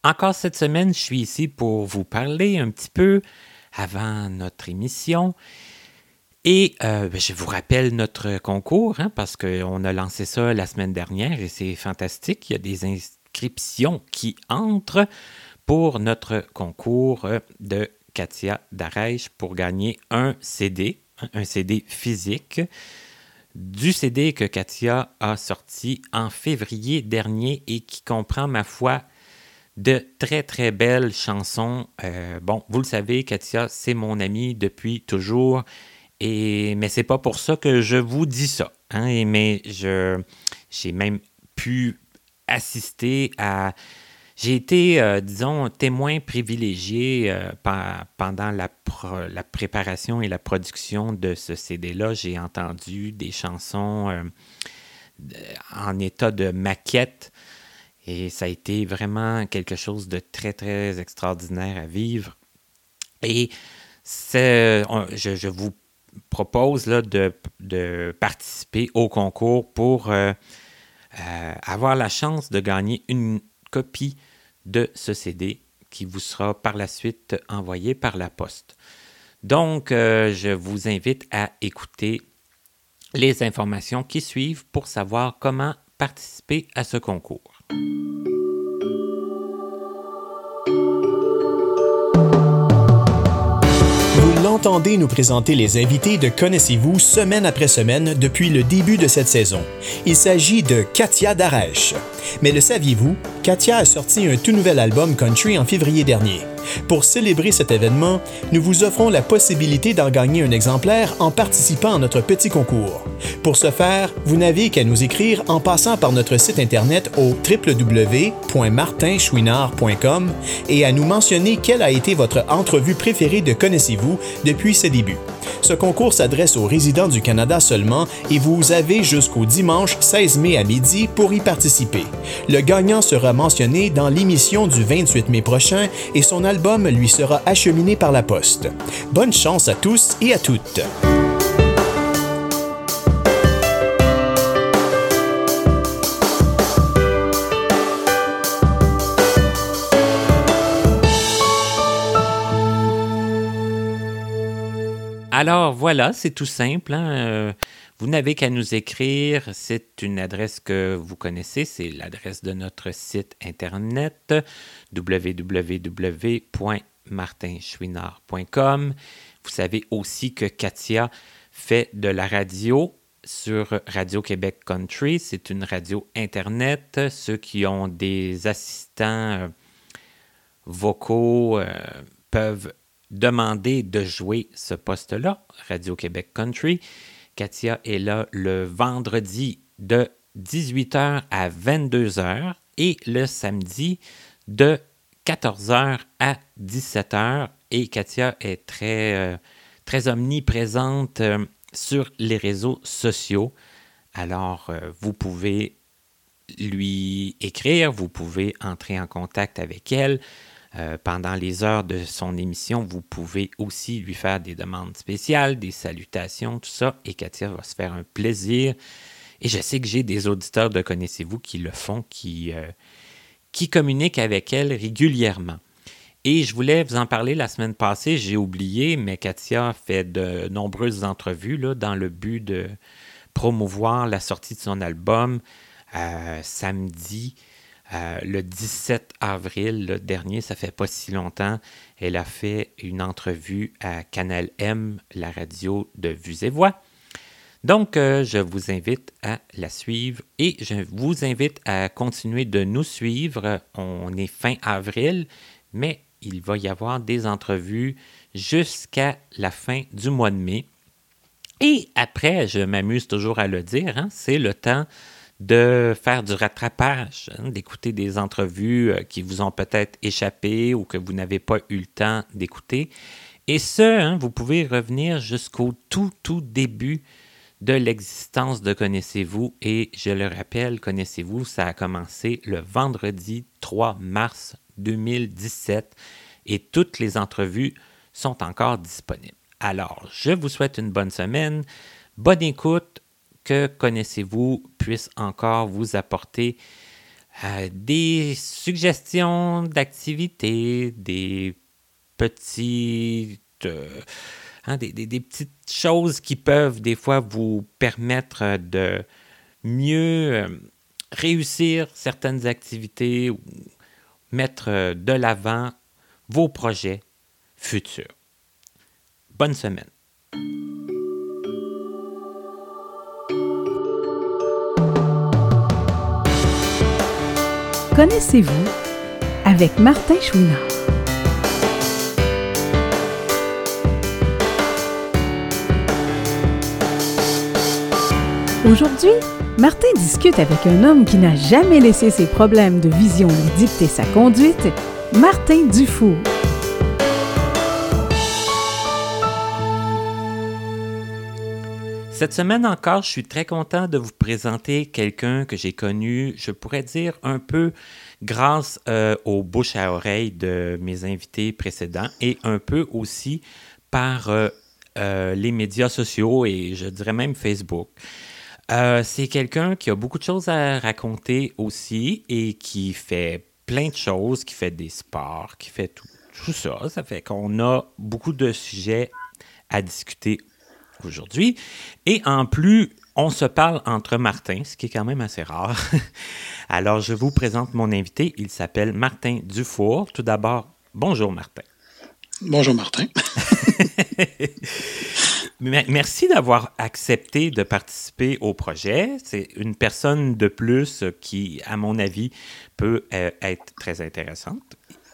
Encore cette semaine, je suis ici pour vous parler un petit peu avant notre émission. Et je vous rappelle notre concours, parce qu'on a lancé ça la semaine dernière et c'est fantastique. Il y a des inscriptions qui entrent pour notre concours de Katia Darèche pour gagner un CD physique, du CD que Katia a sorti en février dernier et qui comprend, ma foi, de très, très belles chansons. Vous le savez, Katia, c'est mon amie depuis toujours. Mais c'est pas pour ça que je vous dis ça. Mais j'ai même pu assister à... J'ai été, témoin privilégié pendant la préparation et la production de ce CD-là. J'ai entendu des chansons en état de maquette et ça a été vraiment quelque chose de très, très extraordinaire à vivre. Et je vous propose là, de participer au concours pour avoir la chance de gagner une copie de ce CD qui vous sera par la suite envoyé par la poste. Donc, je vous invite à écouter les informations qui suivent pour savoir comment participer à ce concours. Vous l'entendez nous présenter les invités de Connaissez-vous semaine après semaine depuis le début de cette saison. Il s'agit de Katia Darèche. Mais le saviez-vous? Katia a sorti un tout nouvel album country en février dernier. Pour célébrer cet événement, nous vous offrons la possibilité d'en gagner un exemplaire en participant à notre petit concours. Pour ce faire, vous n'avez qu'à nous écrire en passant par notre site internet au www.martinchouinard.com et à nous mentionner quelle a été votre entrevue préférée de Connaissez-vous depuis ses débuts. Ce concours s'adresse aux résidents du Canada seulement et vous avez jusqu'au dimanche 16 mai à midi pour y participer. Le gagnant sera mentionné dans l'émission du 28 mai prochain et son album lui sera acheminé par la poste. Bonne chance à tous et à toutes! Alors voilà, c'est tout simple. Vous n'avez qu'à nous écrire. C'est une adresse que vous connaissez. C'est l'adresse de notre site internet www.martinchouinard.com. Vous savez aussi que Katia fait de la radio sur Radio-Québec Country. C'est une radio internet. Ceux qui ont des assistants vocaux peuvent demander de jouer ce poste-là, Radio-Québec Country. Katia est là le vendredi de 18h à 22h et le samedi de 14h à 17h. Et Katia est très, très omniprésente sur les réseaux sociaux. Alors, vous pouvez lui écrire, vous pouvez entrer en contact avec elle. Pendant les heures de son émission, vous pouvez aussi lui faire des demandes spéciales, des salutations, tout ça, et Katia va se faire un plaisir. Et je sais que j'ai des auditeurs de Connaissez-vous qui le font, qui communiquent avec elle régulièrement. Et je voulais vous en parler la semaine passée, j'ai oublié, mais Katia fait de nombreuses entrevues là, dans le but de promouvoir la sortie de son album samedi. Le 17 avril dernier, ça fait pas si longtemps, elle a fait une entrevue à Canal M, la radio de Vues et Voix. Donc, je vous invite à la suivre et je vous invite à continuer de nous suivre. On est fin avril, mais il va y avoir des entrevues jusqu'à la fin du mois de mai. Et après, je m'amuse toujours à le dire, c'est le temps de faire du rattrapage, d'écouter des entrevues qui vous ont peut-être échappé ou que vous n'avez pas eu le temps d'écouter. Et vous pouvez revenir jusqu'au tout début de l'existence de Connaissez-vous. Et je le rappelle, Connaissez-vous, ça a commencé le vendredi 3 mars 2017 et toutes les entrevues sont encore disponibles. Alors, je vous souhaite une bonne semaine, bonne écoute, que Connaissez-vous puisse encore vous apporter des suggestions d'activités, des petites, des petites choses qui peuvent des fois vous permettre de mieux réussir certaines activités ou mettre de l'avant vos projets futurs. Bonne semaine. Connaissez-vous avec Martin Chouinard. Aujourd'hui, Martin discute avec un homme qui n'a jamais laissé ses problèmes de vision lui dicter sa conduite, Martin Dufour. Cette semaine encore, je suis très content de vous présenter quelqu'un que j'ai connu, je pourrais dire un peu grâce aux bouches à oreille de mes invités précédents et un peu aussi par les médias sociaux et je dirais même Facebook. C'est quelqu'un qui a beaucoup de choses à raconter aussi et qui fait plein de choses, qui fait des sports, qui fait tout ça. Ça fait qu'on a beaucoup de sujets à discuter aujourd'hui. Et en plus, on se parle entre Martin, ce qui est quand même assez rare. Alors, je vous présente mon invité. Il s'appelle Martin Dufour. Tout d'abord, bonjour Martin. Bonjour Martin. Merci d'avoir accepté de participer au projet. C'est une personne de plus qui, à mon avis, peut être très intéressante.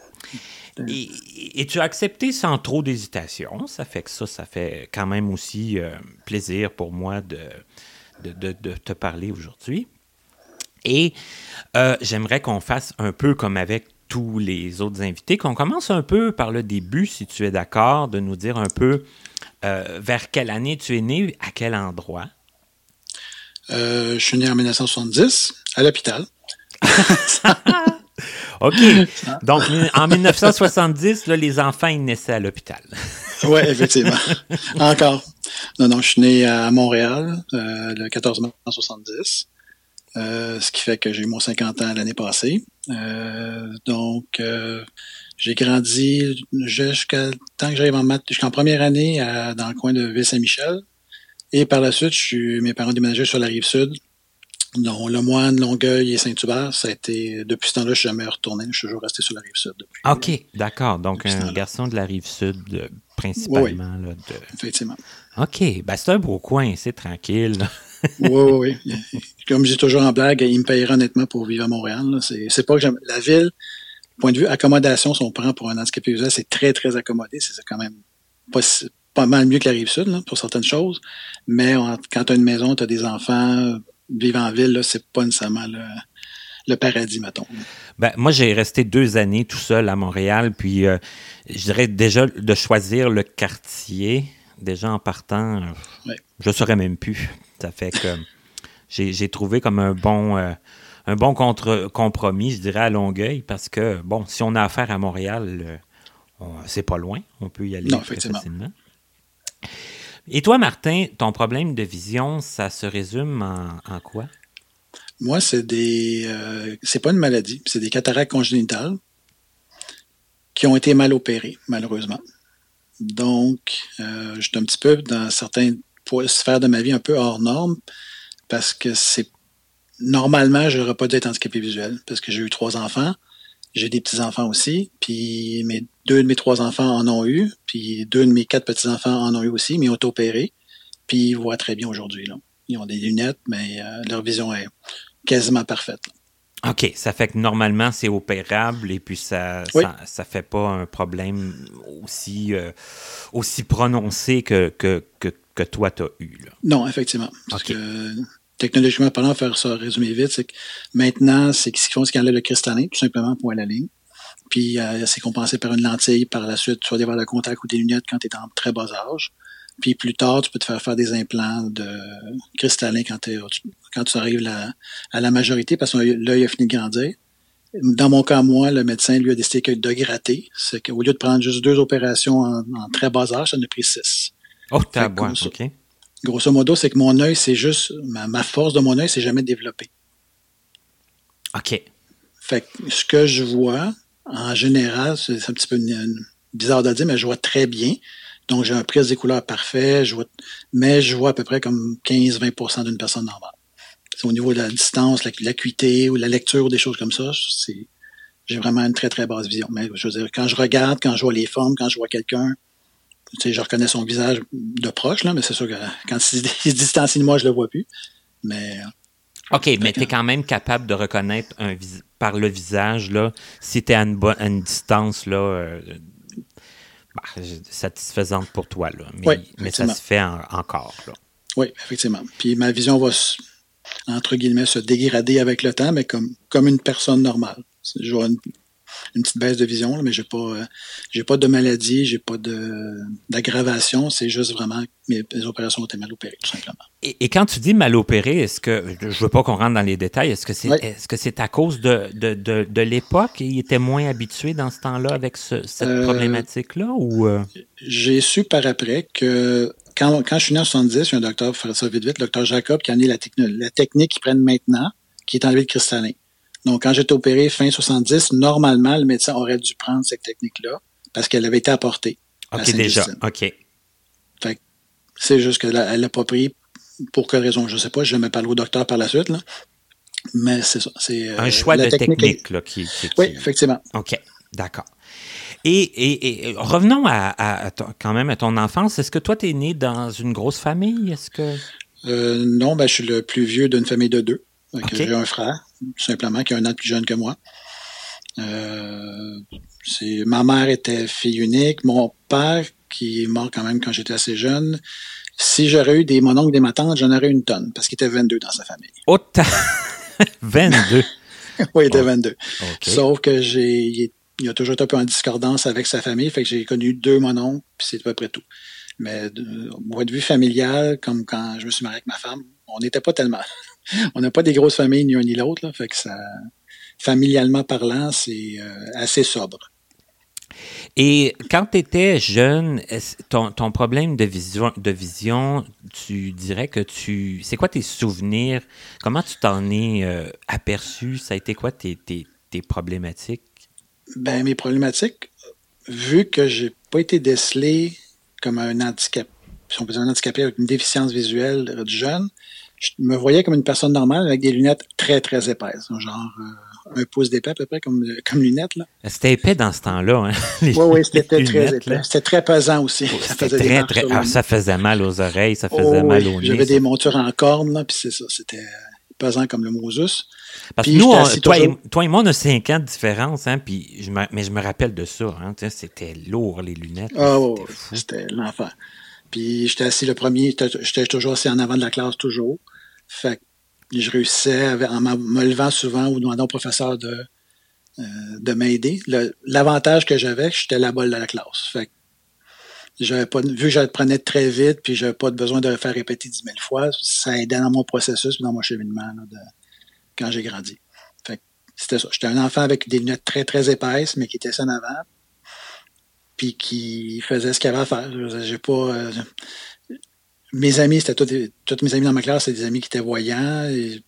Et tu as accepté sans trop d'hésitation. Ça fait que ça fait quand même aussi plaisir pour moi de te parler aujourd'hui. Et j'aimerais qu'on fasse un peu comme avec tous les autres invités, qu'on commence un peu par le début, si tu es d'accord, de nous dire un peu vers quelle année tu es né, à quel endroit. Je suis né en 1970, à l'hôpital. OK. Donc, en 1970, là, les enfants, ils naissaient à l'hôpital. Oui, effectivement. Encore. Non, je suis né à Montréal le 14 mars 1970. Ce qui fait que j'ai eu mon 50 ans l'année passée. J'ai grandi jusqu'à temps que j'arrive jusqu'en première année dans le coin de Ville-Saint-Michel. Et par la suite, mes parents déménagé sur la Rive-Sud. Donc, Le Moine, Longueuil et Saint-Hubert, ça a été, depuis ce temps-là, je suis jamais retourné. Je suis toujours resté sur la Rive-Sud depuis. OK, d'accord. Donc, un garçon de la Rive-Sud, principalement. Oui, là, effectivement. OK, ben c'est un beau coin, c'est tranquille. Oui. Comme je dis toujours en blague, il me payerait honnêtement pour vivre à Montréal. Là. C'est pas que j'aime. La ville, point de vue accommodation, si on prend pour un handicapé visuel, c'est très, très accommodé. C'est quand même pas mal mieux que la Rive-Sud, là, pour certaines choses. Mais quand tu as une maison, tu as des enfants, vivre en ville, là, c'est pas nécessairement le paradis, mettons. Ben, moi, j'ai resté 2 années tout seul à Montréal, puis je dirais déjà de choisir le quartier, déjà en partant, je ne saurais même plus. Ça fait que j'ai trouvé comme un bon compromis, je dirais, à Longueuil, parce que, bon, si on a affaire à Montréal, c'est pas loin, on peut y aller très facilement. Et toi, Martin, ton problème de vision, ça se résume en quoi? Moi, c'est pas une maladie, c'est des cataractes congénitales qui ont été mal opérées, malheureusement. Donc, je suis un petit peu dans certaines sphères de ma vie un peu hors norme parce que normalement, je n'aurais pas dû être handicapé visuel parce que j'ai eu 3 enfants. J'ai des petits-enfants aussi, puis 2 de mes 3 enfants en ont eu, puis 2 de mes 4 petits-enfants en ont eu aussi, mais ils ont été opérés, puis ils voient très bien aujourd'hui. Là. Ils ont des lunettes, mais leur vision est quasiment parfaite. Là. OK, ça fait que normalement, c'est opérable et puis ça fait pas un problème aussi prononcé que toi, tu as eu. Là. Non, effectivement. Parce que technologiquement parlant, faire ça résumer vite, c'est que maintenant, ce qu'ils font, c'est qu'ils enlèvent le cristallin, tout simplement, pour la ligne. Puis, c'est compensé par une lentille par la suite, soit des verres de contact ou des lunettes quand tu es en très bas âge. Puis, plus tard, tu peux te faire des implants de cristallin quand tu arrives à la majorité, parce que l'œil a fini de grandir. Dans mon cas, moi, le médecin, lui, a décidé de gratter. C'est qu'au lieu de prendre juste 2 opérations en très bas âge, ça en a pris 6. Oh, t'as boire, OK. Grosso modo, c'est que mon œil, c'est juste, ma force de mon œil, c'est jamais développée. OK. Fait que ce que je vois, en général, c'est un petit peu bizarre de dire, mais je vois très bien. Donc, j'ai un prise des couleurs parfait, mais je vois à peu près comme 15-20% d'une personne normale. C'est au niveau de la distance, l'acuité ou la lecture, des choses comme ça, j'ai vraiment une très, très basse vision. Mais je veux dire, quand je regarde, quand je vois les formes, quand je vois quelqu'un, tu sais, je reconnais son visage de proche, là, mais c'est sûr que quand il se distancie de moi, je le vois plus. Mais OK, mais tu es quand même capable de reconnaître par le visage, là, si tu es à une distance là, satisfaisante pour toi. Là. Mais ça se fait encore. Là. Oui, effectivement. Puis ma vision va, entre guillemets, se dégrader avec le temps, mais comme une personne normale. Je vois une petite baisse de vision, là, mais j'ai pas de maladie, j'ai pas d'aggravation, c'est juste vraiment mes opérations ont été mal opérées, tout simplement. Et quand tu dis mal opéré, est-ce que, je veux pas qu'on rentre dans les détails, est-ce que c'est à cause de l'époque? Il était moins habitué dans ce temps-là avec cette problématique-là? Ou J'ai su par après que quand je suis né en 70, il y a un docteur, pour faire ça vite, le docteur Jacob, qui a amené la technique qu'ils prennent maintenant, qui est enlevé le cristallin. Donc, quand j'étais opéré fin 70, normalement, le médecin aurait dû prendre cette technique-là parce qu'elle avait été apportée. OK, déjà. OK. Fait que c'est juste qu'elle l'a pas pris. Pour quelle raison? Je sais pas. Je vais me parler au docteur par la suite, là. Mais c'est ça. C'est un choix de technique là, qui... Oui, effectivement. OK, d'accord. Et revenons quand même à ton enfance. Est-ce que toi, tu es né dans une grosse famille? Est-ce que... Non, je suis le plus vieux d'une famille de 2. Okay. J'ai un frère, tout simplement, qui est 1 an plus jeune que moi. Ma mère était fille unique. Mon père, qui est mort quand même quand j'étais assez jeune, si j'aurais eu mon oncle et ma tante, j'en aurais une tonne, parce qu'il était 22 dans sa famille. Autant! 22? Oui, il était 22. Okay. Sauf que il a toujours été un peu en discordance avec sa famille, fait que j'ai connu 2 mononcles, puis c'est à peu près tout. Mais au point de vue familial, comme quand je me suis marié avec ma femme, on n'était pas tellement... On n'a pas des grosses familles, ni un ni l'autre, là, fait que ça, familialement parlant, c'est assez sobre. Et quand tu étais jeune, ton problème de vision, tu dirais que c'est quoi tes souvenirs? Comment tu t'en es aperçu? Ça a été quoi tes problématiques? Mes problématiques, vu que j'ai pas été décelé comme un handicap, si on peut dire un handicapé avec une déficience visuelle du jeune, je me voyais comme une personne normale avec des lunettes très, très épaisses, genre 1 pouce d'épais à peu près comme lunettes. Là. C'était épais dans ce temps-là, hein? Oui, c'était très épais. C'était très pesant aussi. Ça faisait ça faisait mal aux oreilles, ça faisait mal au nez. J'avais des montures en corne, là, puis c'est ça, c'était pesant comme le Moses. Parce que nous, toi et moi, on a 5 ans de différence, hein, mais je me rappelle de ça, hein, c'était lourd, les lunettes. C'était l'enfer. Puis j'étais assis le premier, j'étais toujours assis en avant de la classe, toujours. Fait que je réussissais en me levant souvent ou demandant au professeur de m'aider. L'avantage que j'avais, j'étais la balle de la classe. Fait que vu que je le prenais très vite puis j'avais pas besoin de le faire répéter 10 000 fois, ça aidait dans mon processus et dans mon cheminement là, quand j'ai grandi. Fait que c'était ça. J'étais un enfant avec des lunettes très, très épaisses, mais qui étaient en avant. Puis qui faisait ce qu'il avait à faire. J'ai pas... mes amis, c'était tous mes amis dans ma classe, c'était des amis qui étaient voyants. Et,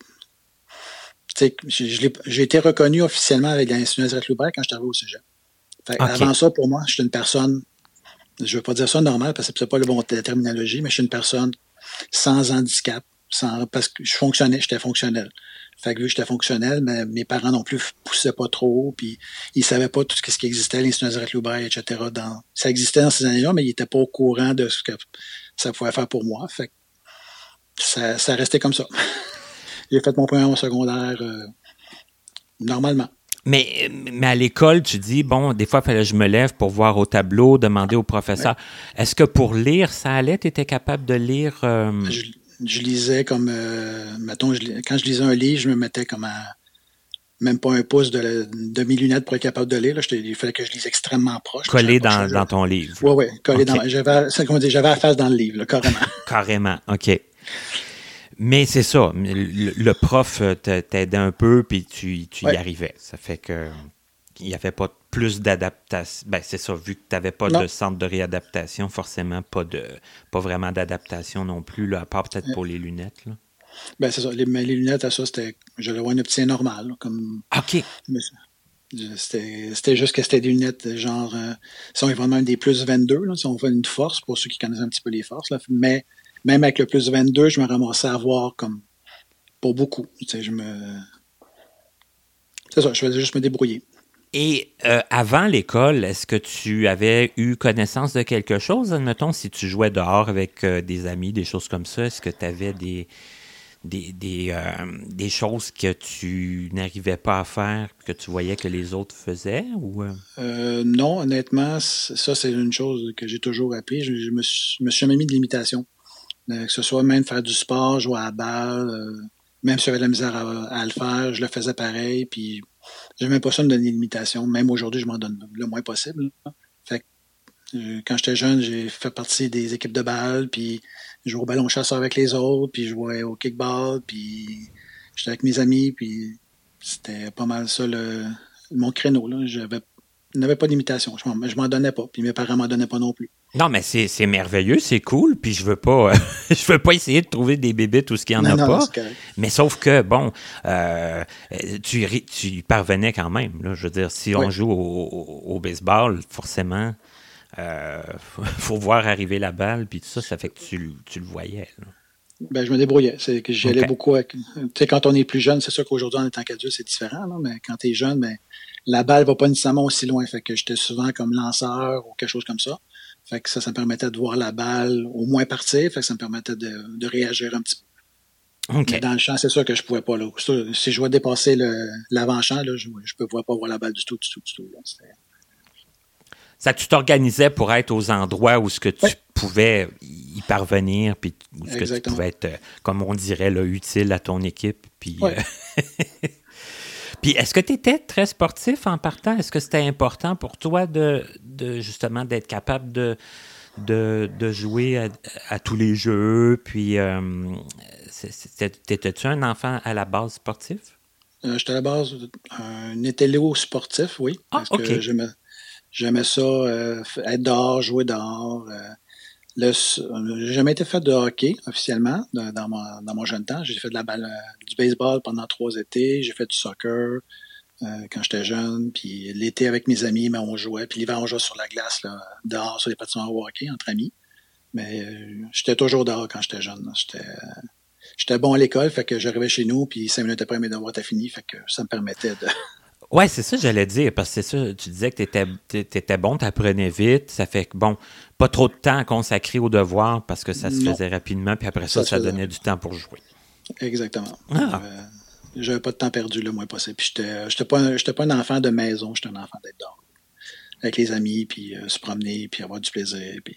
j'ai été reconnu officiellement avec l'Institut Nazareth-Loubert quand je suis arrivé au cégep. Avant ça, pour moi, j'étais une personne, je veux pas dire ça normal, parce que c'est pas le bon terminologie, mais je suis une personne sans handicap, parce que j'étais fonctionnel. Fait que vu que j'étais fonctionnel, mais mes parents non plus poussaient pas trop, puis ils savaient pas tout ce qui existait, l'Institut Nazareth-Loubert, etc. Ça existait dans ces années-là, mais ils étaient pas au courant de ce que ça pouvait faire pour moi. Fait que ça restait comme ça. J'ai fait mon primaire, mon secondaire normalement. Mais à l'école, tu dis, bon, des fois, il fallait que je me lève pour voir au tableau, demander au professeur. Ouais. Est-ce que pour lire, ça allait? Tu étais capable de lire? Je lisais comme, mettons, quand je lisais un livre, je me mettais comme même pas 1 pouce de mes lunettes pour être capable de lire. Là. Il fallait que je lise extrêmement proche. Collé dans ton livre. Oui, collé dans... J'avais la face dans le livre, là, carrément. Carrément, OK. Mais c'est ça, le prof t'aidait un peu, puis tu y arrivais. Ça fait que il n'y avait pas plus d'adaptation. Ben, c'est ça, vu que tu n'avais pas de centre de réadaptation, forcément pas vraiment d'adaptation non plus, là, à part peut-être pour les lunettes. Là. Ben, c'est ça. Les lunettes, à ça, j'allais voir un opticien normal, là, comme. OK. C'était juste que c'était des lunettes, genre, si on est vraiment des plus 22, là, si on fait une force, pour ceux qui connaissent un petit peu les forces, là, mais même avec le plus 22, je me ramassais à voir comme, pas beaucoup. Tu sais, c'est ça, je faisais juste me débrouiller. Et avant l'école, est-ce que tu avais eu connaissance de quelque chose? Admettons, si tu jouais dehors avec des amis, des choses comme ça, est-ce que tu avais des choses que tu n'arrivais pas à faire, que tu voyais que les autres faisaient? Ou Non, honnêtement, ça, c'est une chose que j'ai toujours appris. Je me suis jamais mis de limitation. Que ce soit même faire du sport, jouer à la balle, même si j'avais de la misère à le faire, je le faisais pareil, puis j'aimais pas ça me donner des limitations. Même aujourd'hui, je m'en donne le moins possible. Fait que, quand j'étais jeune, j'ai fait partie des équipes de balle, puis je jouais au ballon chasseur avec les autres, puis je jouais au kickball, puis j'étais avec mes amis, puis c'était pas mal ça mon créneau. Là. Je n'avais pas de limitation. Je m'en donnais pas, puis mes parents m'en donnaient pas non plus. Non, mais c'est merveilleux, c'est cool, puis je veux pas je veux pas essayer de trouver des bébites où ce qu'il y en a pas. Mais sauf que bon, tu parvenais quand même là, je veux dire si on joue au baseball, forcément faut voir arriver la balle puis tout ça, ça fait que tu le voyais là. Ben, je me débrouillais. C'est que j'y allais beaucoup avec. Tu sais, quand on est plus jeune, c'est sûr qu'aujourd'hui, en étant qu'adulte, c'est différent, là, mais quand t'es jeune, ben, la balle va pas nécessairement aussi loin. Fait que j'étais souvent comme lanceur ou quelque chose comme ça. Fait que ça me permettait de voir la balle au moins partir. Fait que ça me permettait de réagir un petit peu. Okay. Mais dans le champ, c'est sûr que je pouvais pas, là. Si je dois dépasser l'avant-champ, là, je pouvais pas voir la balle du tout, là. Ça, tu t'organisais pour être aux endroits où ce que tu pouvais y parvenir, puis où ce que tu pouvais être, comme on dirait, là, utile à ton équipe. Puis, puis est-ce que tu étais très sportif en partant? Est-ce que c'était important pour toi de justement d'être capable de jouer à tous les jeux? Puis, étais-tu un enfant à la base sportif? J'étais à la base un étélo sportif, oui. Parce que j'aimais ça, être dehors, jouer dehors. J'ai jamais été fait de hockey officiellement dans mon jeune temps. J'ai fait du baseball pendant 3 étés. J'ai fait du soccer quand j'étais jeune. Puis l'été avec mes amis, mais on jouait. Puis l'hiver, on jouait sur la glace, là, dehors sur les patinoires au hockey entre amis. Mais j'étais toujours dehors quand j'étais jeune. J'étais bon à l'école, fait que j'arrivais chez nous, puis 5 minutes après, mes devoirs étaient finis, fait que ça me permettait de... Oui, c'est ça, j'allais dire, parce que c'est ça, tu disais que t'étais bon, t'apprenais vite, ça fait que, bon, pas trop de temps à consacrer aux devoirs parce que ça se faisait rapidement, puis après ça donnait du temps pour jouer. Exactement. J'avais pas de temps perdu le moins possible. Puis j'étais pas un enfant de maison, j'étais un enfant d'être dehors. Avec les amis, puis se promener, puis avoir du plaisir, puis...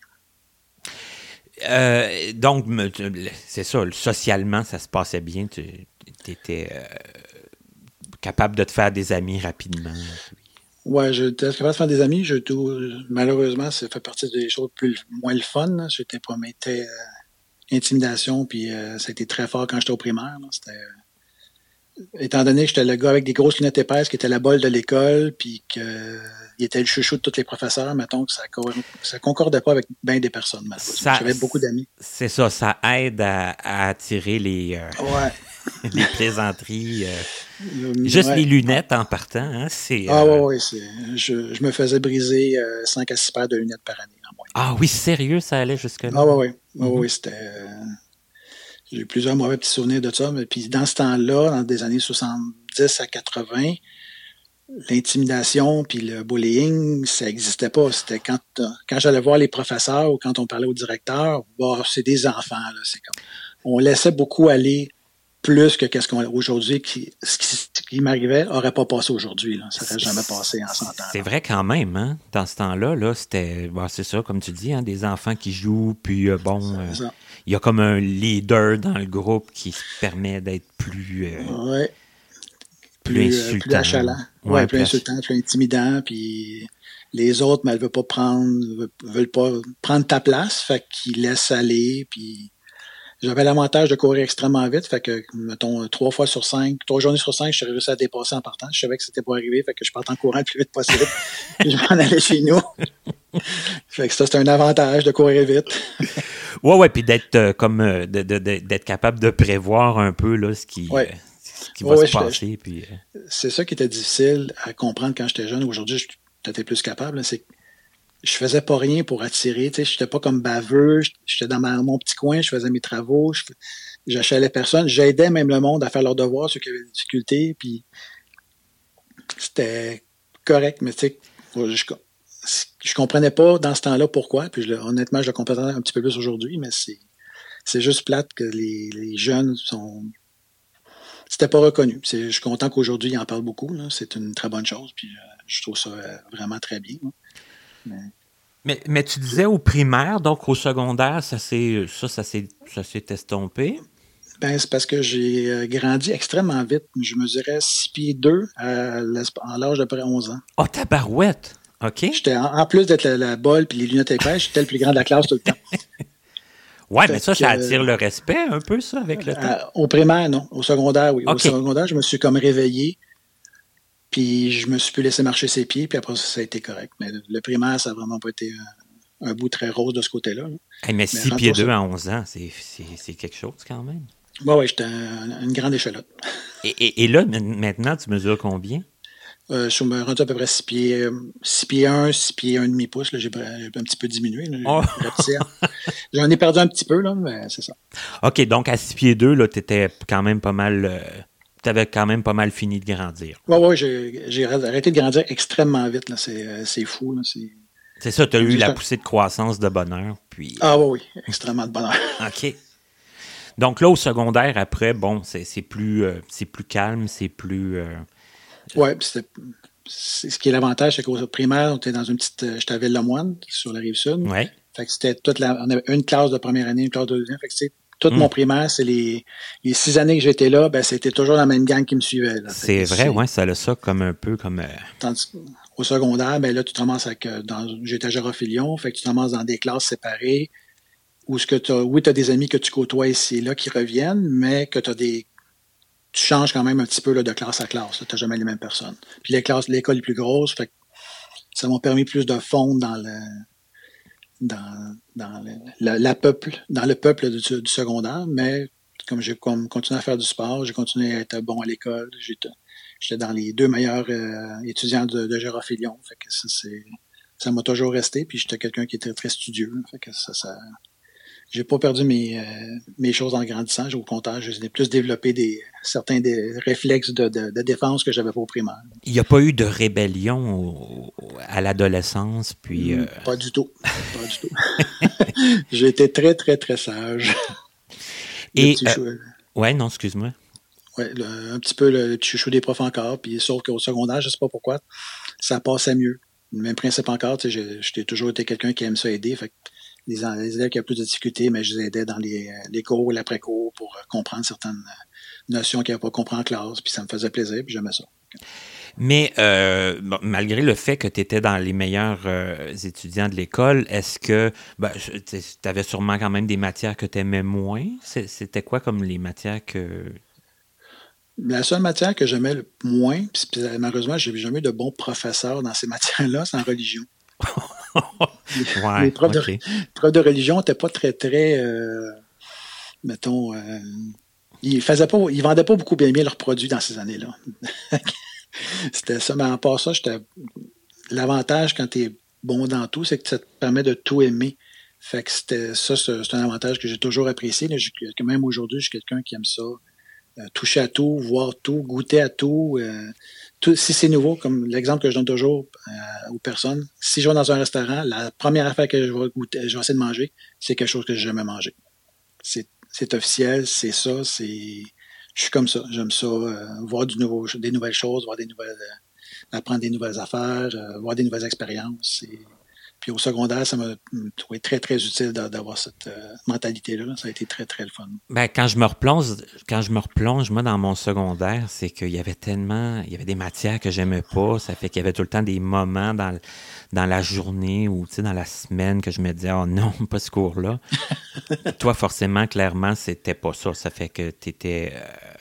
donc, c'est ça, socialement, ça se passait bien, tu étais... capable de te faire des amis rapidement. Ouais, j'étais capable de faire des amis. Malheureusement, ça fait partie des choses moins le fun. Là. J'étais promis intimidation, puis ça a été très fort quand j'étais au primaire. Étant donné que j'étais le gars avec des grosses lunettes épaisses qui était la bolle de l'école, puis qu'il était le chouchou de tous les professeurs, mettons que ça concordait pas avec bien des personnes, malheureusement. J'avais beaucoup d'amis. C'est ça, ça aide à attirer les plaisanteries. Juste les lunettes en partant. Hein, je me faisais briser 5 à 6 paires de lunettes par année. En moyenne. Ah oui, sérieux, ça allait jusque-là? Oui, c'était... J'ai eu plusieurs mauvais petits souvenirs de ça. Mais puis dans ce temps-là, dans des années 70 à 80, l'intimidation puis le bullying, ça n'existait pas. C'était quand j'allais voir les professeurs ou quand on parlait au directeur, c'est des enfants. Là, c'est comme, on laissait beaucoup aller plus que qu'est-ce qu'on aujourd'hui, ce qui m'arrivait n'aurait pas passé aujourd'hui. Là. Ça n'aurait jamais passé en 100 ans. C'est vrai quand même, hein? Dans ce temps-là, là, c'était, c'est ça, comme tu dis, hein, des enfants qui jouent, puis il y a comme un leader dans le groupe qui se permet d'être plus insultant. Plus achalant. Plus insultant, plus intimidant, puis les autres, mais elles veulent pas prendre ta place, fait qu'ils laissent aller, puis j'avais l'avantage de courir extrêmement vite, fait que, mettons, 3 journées sur 5, je suis réussi à dépasser en partant. Je savais que c'était pas arrivé, fait que je partais en courant le plus vite possible. Puis je m'en allais chez nous. Fait que ça, c'est un avantage de courir vite. Ouais, puis d'être d'être capable de prévoir un peu là, ce qui va se passer. Puis, c'est ça qui était difficile à comprendre quand j'étais jeune. Aujourd'hui, je suis peut-être plus capable. Là, c'est que je faisais pas rien pour attirer. Je n'étais pas comme baveux. J'étais dans mon petit coin, je faisais mes travaux. J'achalais personne. J'aidais même le monde à faire leurs devoirs, ceux qui avaient des difficultés. Puis c'était correct, mais tu sais, je comprenais pas dans ce temps-là pourquoi. Puis honnêtement, je le comprends un petit peu plus aujourd'hui, mais c'est juste plate que les jeunes sont... C'était pas reconnu. Je suis content qu'aujourd'hui, ils en parlent beaucoup. Là. C'est une très bonne chose. Puis je trouve ça vraiment très bien. Mais tu disais au primaire, donc au secondaire, ça s'est estompé? Ben, c'est parce que j'ai grandi extrêmement vite. Je mesurais 6 pieds 2 en l'âge d'à peu près 11 ans. Oh, tabarouette! OK. J'étais, en plus d'être la bolle puis les lunettes épaisses, j'étais le plus grand de la classe tout le temps. Ouais, mais ça attire le respect un peu, ça, avec le temps? Au primaire, non. Au secondaire, oui. Okay. Au secondaire, je me suis comme réveillé, puis je me suis pu laisser marcher ses pieds, puis après ça a été correct. Mais le primaire, ça n'a vraiment pas été un bout très rose de ce côté-là. Hey, mais 6 pieds 2 à 11 ans, c'est quelque chose quand même. Oui, j'étais une grande échalote. Et là, maintenant, tu mesures combien? Je suis rendu à peu près 6 pieds 1, 6 pieds 1,5 pouces. Là, j'ai un petit peu diminué. Là, j'en ai perdu un petit peu, là, mais c'est ça. OK, donc à 6 pieds 2, là, t'étais quand même pas mal... t'avais quand même pas mal fini de grandir. Oui, j'ai arrêté de grandir extrêmement vite. Là. C'est fou. Là. C'est ça, tu as eu la poussée de croissance de bonheur. Puis... Ah oui, extrêmement de bonheur. OK. Donc là, au secondaire, après, bon, c'est plus calme, c'est plus... Oui, c'est ce qui est l'avantage, c'est qu'au primaire, on était dans une petite... J'étais à Ville-le-Moine, sur la Rive-Sud. Oui. Fait que c'était on avait une classe de première année, une classe de deuxième. Fait que tout mon primaire, c'est les 6 années que j'étais là, ben c'était toujours la même gang qui me suivait. Là. C'est vrai, oui, ça a ça comme un peu comme... Tandis au secondaire, ben là, tu te ramasses avec... j'étais à Gérophilion, fait que tu te ramasses dans des classes séparées, où tu as des amis que tu côtoies ici et là qui reviennent, mais que tu changes quand même un petit peu là, de classe à classe. Tu n'as jamais les mêmes personnes. Puis l'école est plus grosse, fait que ça m'a permis plus de fondre dans le peuple du secondaire, mais comme j'ai continué à faire du sport, j'ai continué à être bon à l'école, j'étais dans les 2 meilleurs étudiants de Gérophilion. Fait que ça m'a toujours resté, puis j'étais quelqu'un qui était très studieux. Fait que ça j'ai pas perdu mes choses en grandissant. Au contraire, j'ai plus développé certains des réflexes de défense que j'avais pas au primaire. Il n'y a pas eu de rébellion à l'adolescence, puis... Pas du tout. Pas du tout. J'ai été très, très, très sage. Et... ouais, non, excuse-moi. Ouais, un petit peu le petit chouchou des profs encore, puis sauf qu'au secondaire, je sais pas pourquoi, ça passait mieux. Le même principe encore, j'ai toujours été quelqu'un qui aime ça aider, fait que les élèves qui avaient plus de difficultés, mais je les aidais dans les cours ou l'après-cours pour comprendre certaines notions qu'ils n'avaient pas compris en classe, puis ça me faisait plaisir, puis j'aimais ça. Mais malgré le fait que tu étais dans les meilleurs étudiants de l'école, est-ce que tu avais sûrement quand même des matières que tu aimais moins? C'était quoi comme les matières que... La seule matière que j'aimais le moins, puis malheureusement, j'ai jamais eu de bons professeurs dans ces matières-là, c'est en religion. Ouais, les profs de religion n'étaient pas très, très, mettons, ils vendaient pas beaucoup bien leurs produits dans ces années-là. C'était ça, mais en part ça, l'avantage quand tu es bon dans tout, c'est que ça te permet de tout aimer. Fait que c'est un avantage que j'ai toujours apprécié. Là, même aujourd'hui, je suis quelqu'un qui aime ça. Toucher à tout, voir tout, goûter à tout. Si c'est nouveau, comme l'exemple que je donne toujours aux personnes, si je vais dans un restaurant, la première affaire que je vais goûter, je vais essayer de manger, c'est quelque chose que j'ai jamais mangé. C'est officiel, c'est ça, je suis comme ça. J'aime ça, voir des nouvelles choses, apprendre des nouvelles affaires, voir des nouvelles expériences. Puis au secondaire, ça m'a trouvé très, très utile d'avoir cette mentalité-là. Ça a été très, très le fun. Ben, quand je me replonge, moi, dans mon secondaire, c'est qu'il y avait des matières que j'aimais pas. Ça fait qu'il y avait tout le temps des moments dans la journée ou, tu sais, dans la semaine que je me disais, oh non, pas ce cours-là. Toi, forcément, clairement, c'était pas ça. Ça fait que t'étais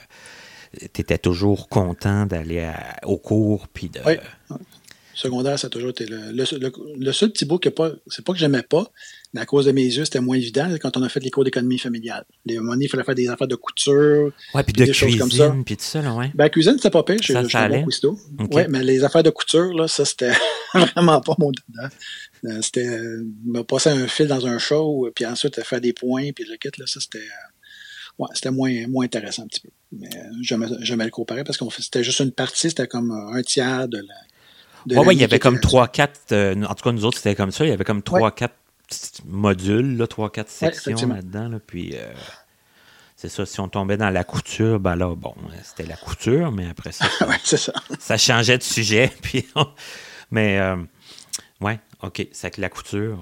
toujours content d'aller au cours, puis de... Oui. Secondaire, ça a toujours été le seul petit bout c'est pas que j'aimais pas, Mais à cause de mes yeux, c'était moins évident quand on a fait les cours d'économie familiale. À un moment donné, il fallait faire des affaires de couture. Ouais, puis de des choses comme ça. cuisine, puis tout ça, là, ouais. Ben, la cuisine, c'était pas pire. Je suis un allait. bon cuistot. Okay. Ouais, mais les affaires de couture, là, ça, c'était vraiment pas mon dedans. C'était me passer un fil dans un show, puis ensuite faire des points, puis le kit, là, ça, c'était... c'était moins intéressant un petit peu. Mais j'aimais le cours pareil parce que c'était juste une partie, c'était comme un tiers de la... Oui, il y avait comme 3-4... en tout cas, nous autres, c'était comme ça. Il y avait comme 3-4 modules, 3-4 sections là-dedans. Là, puis, c'est ça, si on tombait dans la couture, ben là, bon, c'était la couture, mais après ça, c'est ça. Ça changeait de sujet. Puis mais, ouais, OK, c'est que la couture,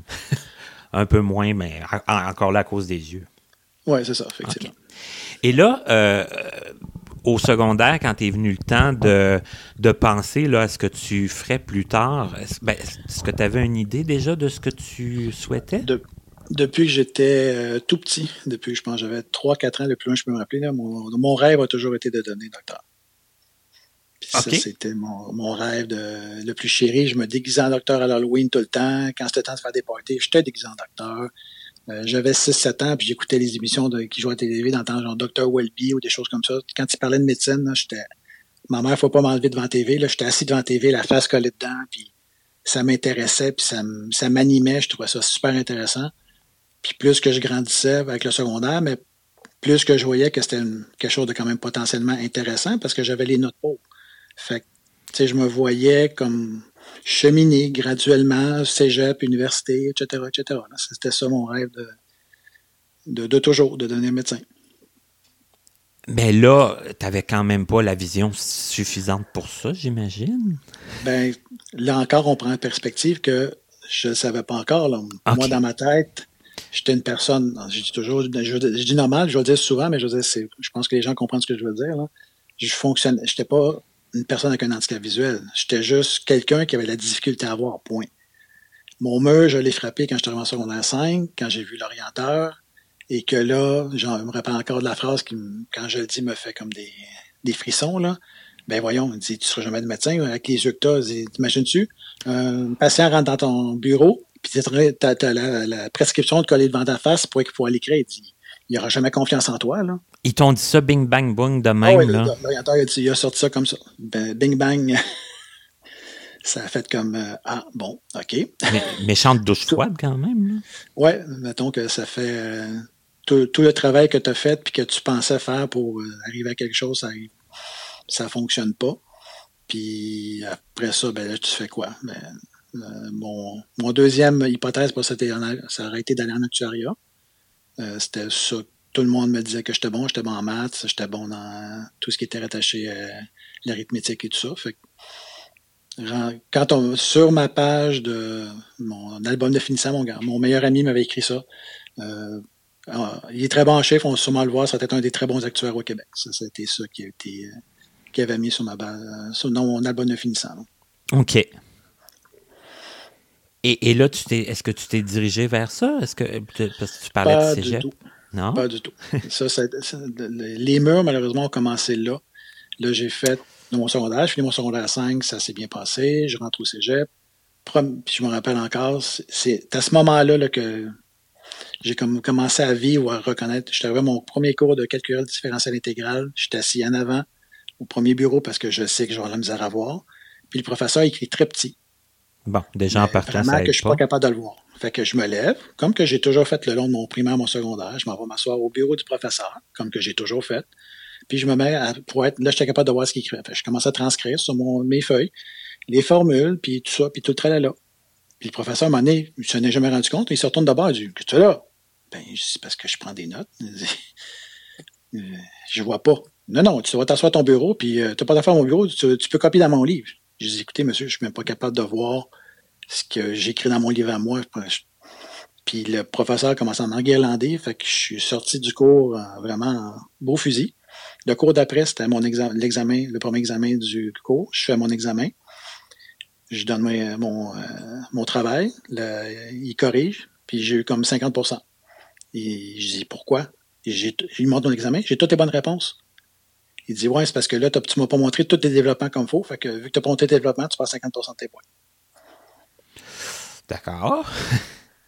un peu moins, mais encore là à cause des yeux. Oui, c'est ça, effectivement. Okay. Et là, au secondaire, quand est venu le temps de penser là, à ce que tu ferais plus tard, est-ce que tu avais une idée déjà de ce que tu souhaitais? Depuis que j'étais tout petit, depuis je pense que j'avais 3-4 ans, le plus loin je peux me rappeler, là, mon rêve a toujours été de devenir docteur. Puis ça, c'était mon rêve le plus chéri. Je me déguisais en docteur à l'Halloween tout le temps. Quand c'était temps de faire des parties, j'étais déguisé en docteur. J'avais 6-7 ans, puis j'écoutais les émissions qui jouaient à la télé dans le temps, genre Dr. Welby ou des choses comme ça. Quand il parlait de médecine, là, ma mère, faut pas m'enlever devant la TV. Là, j'étais assis devant la TV, la face collée dedans, puis ça m'intéressait, puis ça m'animait. Je trouvais ça super intéressant. Puis plus que je grandissais avec le secondaire, mais plus que je voyais que c'était quelque chose de quand même potentiellement intéressant parce que j'avais les notes pauvres. Fait que, tu sais, je me voyais comme cheminer graduellement, cégep, université, etc., etc. C'était ça mon rêve de toujours, de devenir médecin. Mais là, tu n'avais quand même pas la vision suffisante pour ça, j'imagine? Ben, là encore, on prend en perspective que je ne savais pas encore. Là. Okay. Moi, dans ma tête, j'étais une personne, je dis toujours, je dis normal, je vais le dire souvent, mais je pense que les gens comprennent ce que je veux dire. Là. J'étais pas une personne avec un handicap visuel. J'étais juste quelqu'un qui avait la difficulté à voir, point. Mon mur, je l'ai frappé quand j'étais arrivé en secondaire 5, quand j'ai vu l'orienteur, et que là, je me rappelle encore de la phrase qui, quand je le dis, me fait comme des frissons, là. Ben voyons, il dit, tu seras jamais de médecin, avec les yeux que t'as, t'imagines-tu? Un patient rentre dans ton bureau, puis t'as la prescription de coller devant ta face pour pouvoir l'écrire, il dit, il n'aura jamais confiance en toi, là. Ils t'ont dit ça bing bang boom de même, oui, là? L'orienteur, il a sorti ça comme ça. Ben, bing bang. Ça a fait comme, bon, OK. Méchante douche froide quand même, là. Ouais, mettons que ça fait tout le travail que tu as fait puis que tu pensais faire pour arriver à quelque chose, ça fonctionne pas. Puis après ça, ben là, tu fais quoi? Ben, mon deuxième hypothèse, ça aurait été d'aller en actuariat. C'était ça. Tout le monde me disait que j'étais bon en maths, j'étais bon dans tout ce qui était rattaché à l'arithmétique et tout ça. Fait que sur ma page de mon album de finissant, mon meilleur ami m'avait écrit ça. Il est très bon en chiffres, on va sûrement le voir, ça va être un des très bons actuaires au Québec. Ça c'était ça qui avait mis sur ma base, sur mon album de finissant. Là. OK. Et là, est-ce que tu t'es dirigé vers ça? Parce que tu parlais de cégep? Du tout. Non? Pas du tout. Les murs, malheureusement, ont commencé là. Là, j'ai fait mon secondaire, je finis mon secondaire 5, ça s'est bien passé, je rentre au cégep. Puis je me rappelle encore, c'est à ce moment-là là, que j'ai commencé à vivre ou à reconnaître. J'étais arrivé à mon premier cours de calcul différentiel intégral. J'étais assis en avant au premier bureau parce que je sais que j'aurai la misère à voir. Puis le professeur écrit très petit. Bon, déjà en partant, ça aide que je suis pas capable de le voir. Fait que je me lève, comme que j'ai toujours fait le long de mon primaire, mon secondaire. Je m'en vais m'asseoir au bureau du professeur, comme que j'ai toujours fait. Puis je me mets là, j'étais capable de voir ce qu'il écrivait. Fait que je commence à transcrire sur mes feuilles, les formules, puis tout ça, puis tout le tralala. Puis le professeur, à un moment donné, il s'en est jamais rendu compte, il se retourne d'abord, il dit, qu'est-ce que tu fais là? Ben, c'est parce que je prends des notes. Je vois pas. Non, tu vas t'asseoir à ton bureau, puis t'as pas d'affaire à mon bureau, tu peux copier dans mon livre. J'ai dit, écoutez, monsieur, je suis même pas capable de voir ce que j'écris dans mon livre à moi. Puis le professeur commence à m'enguirlander, fait que je suis sorti du cours vraiment en beau fusil. Le cours d'après, c'était le premier examen du cours. Je fais mon examen. Je donne mon travail. Il corrige, puis j'ai eu comme 50%. Et je dis, pourquoi? Il montre mon examen, j'ai toutes les bonnes réponses. Il dit, ouais, c'est parce que là, tu m'as pas montré tous tes développements comme il faut, fait que vu que tu n'as pas montré tes développements, tu perds 50% de tes points. D'accord.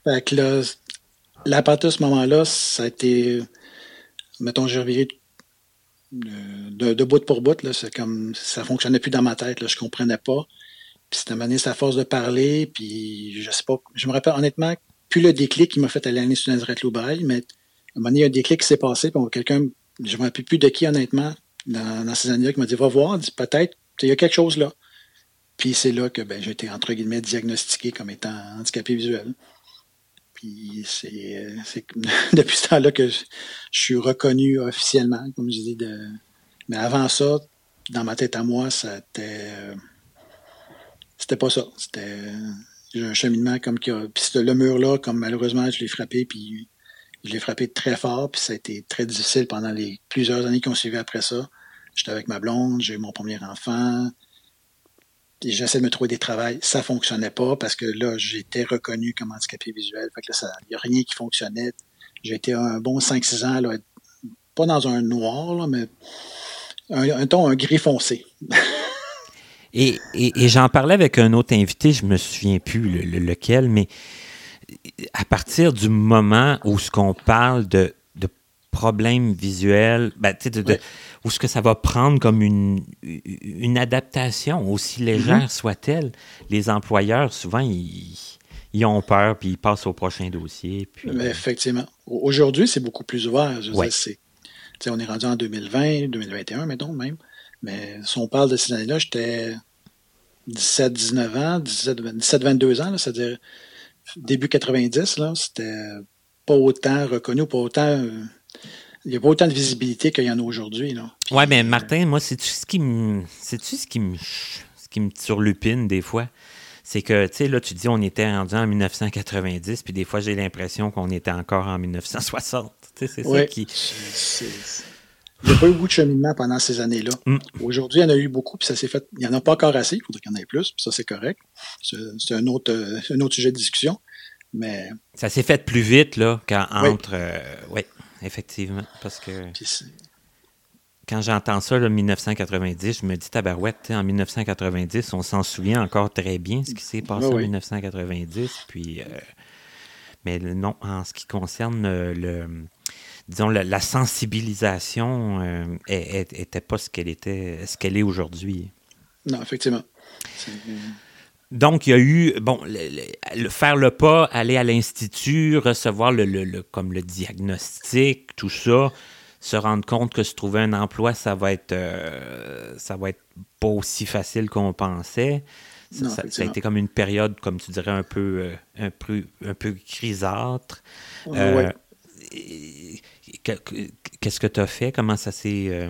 Fait que là, à partir de ce moment-là, ça a été, mettons, j'ai reviré de bout pour bout, là, c'est comme, ça fonctionnait plus dans ma tête, là, je comprenais pas. Puis c'était amené sa force de parler, puis je sais pas, je me rappelle honnêtement, plus le déclic qui m'a fait aller à l'Institut Nazareth-Loubraille, mais à un moment donné, il y a un déclic qui s'est passé, puis quelqu'un, je me rappelle plus de qui honnêtement, dans ces années-là, qui m'a dit, va voir, dit, peut-être, il y a quelque chose là. Puis c'est là que j'ai été, entre guillemets, diagnostiqué comme étant handicapé visuel. Puis c'est depuis ce temps-là que je suis reconnu officiellement, comme je dis. Mais avant ça, dans ma tête à moi, c'était pas ça. C'était un cheminement comme puis le mur-là, comme malheureusement, je l'ai frappé, puis je l'ai frappé très fort, puis ça a été très difficile pendant les plusieurs années qui ont suivi après ça. J'étais avec ma blonde, j'ai eu mon premier enfant. J'essaie de me trouver des travails. Ça fonctionnait pas parce que là, j'étais reconnu comme handicapé visuel. Fait que là, il n'y a rien qui fonctionnait. J'ai été un bon 5-6 ans, là, pas dans un noir, là, mais un gris foncé. Et j'en parlais avec un autre invité, je me souviens plus lequel, mais à partir du moment où ce qu'on parle de problèmes visuels, où ce que ça va prendre comme une adaptation, aussi légère soit-elle, les employeurs, souvent, ils ont peur, puis ils passent au prochain dossier. Puis, mais effectivement. Aujourd'hui, c'est beaucoup plus ouvert. Je veux dire, on est rendu en 2020, 2021, mettons même. Mais si on parle de ces années-là, j'étais 17-19 ans, 17-22 ans, là, c'est-à-dire début 90, là, c'était pas autant reconnu, pas autant... il n'y a pas autant de visibilité qu'il y en a aujourd'hui. Oui, mais Martin, moi, c'est-tu ce qui me turlupine des fois? C'est que, tu sais, là, tu dis on était rendu en 1990, puis des fois, j'ai l'impression qu'on était encore en 1960. Tu sais, c'est ça qui... Il n'y a pas eu beaucoup de cheminement pendant ces années-là. Aujourd'hui, il y en a eu beaucoup, puis ça s'est fait... Il n'y en a pas encore assez, il faudrait qu'il y en ait plus, puis ça, c'est correct. C'est un autre sujet de discussion, mais... Ça s'est fait plus vite, là, qu'entre... Oui, effectivement, parce que... Quand j'entends ça, là, 1990, je me dis, tabarouette, en 1990, on s'en souvient encore très bien ce qui s'est passé en 1990, puis... mais non, en ce qui concerne disons, la sensibilisation était pas ce qu'elle est aujourd'hui. Non, effectivement. Donc, il y a eu, faire le pas, aller à l'Institut, recevoir comme le diagnostic, tout ça, se rendre compte que se trouver un emploi, ça va être pas aussi facile qu'on pensait. Ça a été comme une période, comme tu dirais, un peu grisâtre. Qu'est-ce que tu as fait? Comment ça s'est...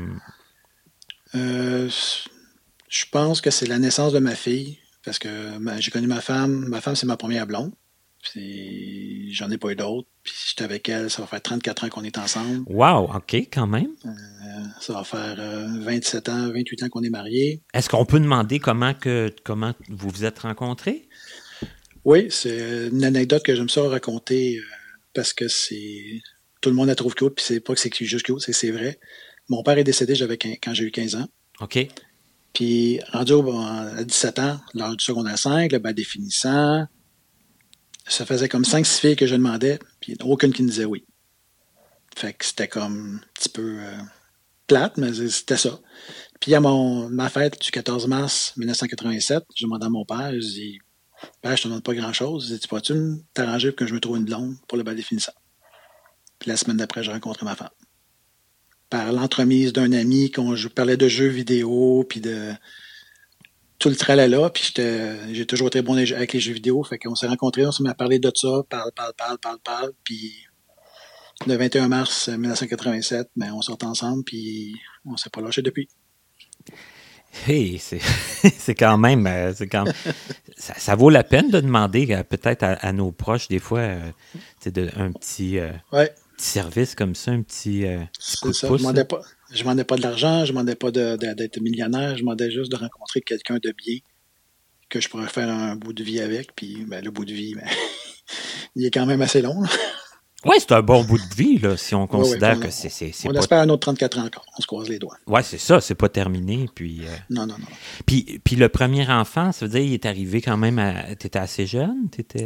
Je pense que c'est la naissance de ma fille, parce que j'ai connu ma femme. Ma femme, c'est ma première blonde. Puis j'en ai pas eu d'autres. Puis j'étais avec elle, ça va faire 34 ans qu'on est ensemble. Wow, OK, quand même. Ça va faire 27 ans, 28 ans qu'on est mariés. Est-ce qu'on peut demander comment vous vous êtes rencontrés? Oui, c'est une anecdote que j'aime ça raconter parce que tout le monde la trouve cute, puis c'est pas que c'est juste cute, c'est vrai. Mon père est décédé quand j'ai eu 15 ans. OK. Puis rendu à 17 ans, lors du secondaire 5, le bac définissant, ça faisait comme 5-6 filles que je demandais, puis il n'y en a aucune qui me disait oui. Fait que c'était comme un petit peu plate, mais c'était ça. Puis à ma fête du 14 mars 1987, je demandais à mon père, je dis, père, je te demande pas grand-chose. Je dis, tu pourrais-tu t'arranger pour que je me trouve une blonde pour le bac définissant? Puis la semaine d'après, j'ai rencontré ma femme. Par l'entremise d'un ami, je parlais de jeux vidéo, puis de tout le tralala, puis j'ai toujours été bon avec les jeux vidéo, fait qu'on s'est rencontrés, on s'est mis à parler de ça, parle, puis le 21 mars 1987, on sort ensemble, puis on s'est pas lâché depuis. Hey, c'est quand même... ça vaut la peine de demander peut-être à nos proches, des fois, un petit... petit service comme ça, un petit coup de pouce. Je demandais pas de l'argent, je demandais pas d'être millionnaire, je demandais juste de rencontrer quelqu'un de bien que je pourrais faire un bout de vie avec, puis le bout de vie, il est quand même assez long. Oui, c'est un bon bout de vie, là, si on considère que c'est on espère un autre 34 ans encore, on se croise les doigts. Oui, c'est ça, c'est pas terminé, puis... Non. Puis le premier enfant, ça veut dire, il est arrivé quand même t'étais assez jeune? Oui,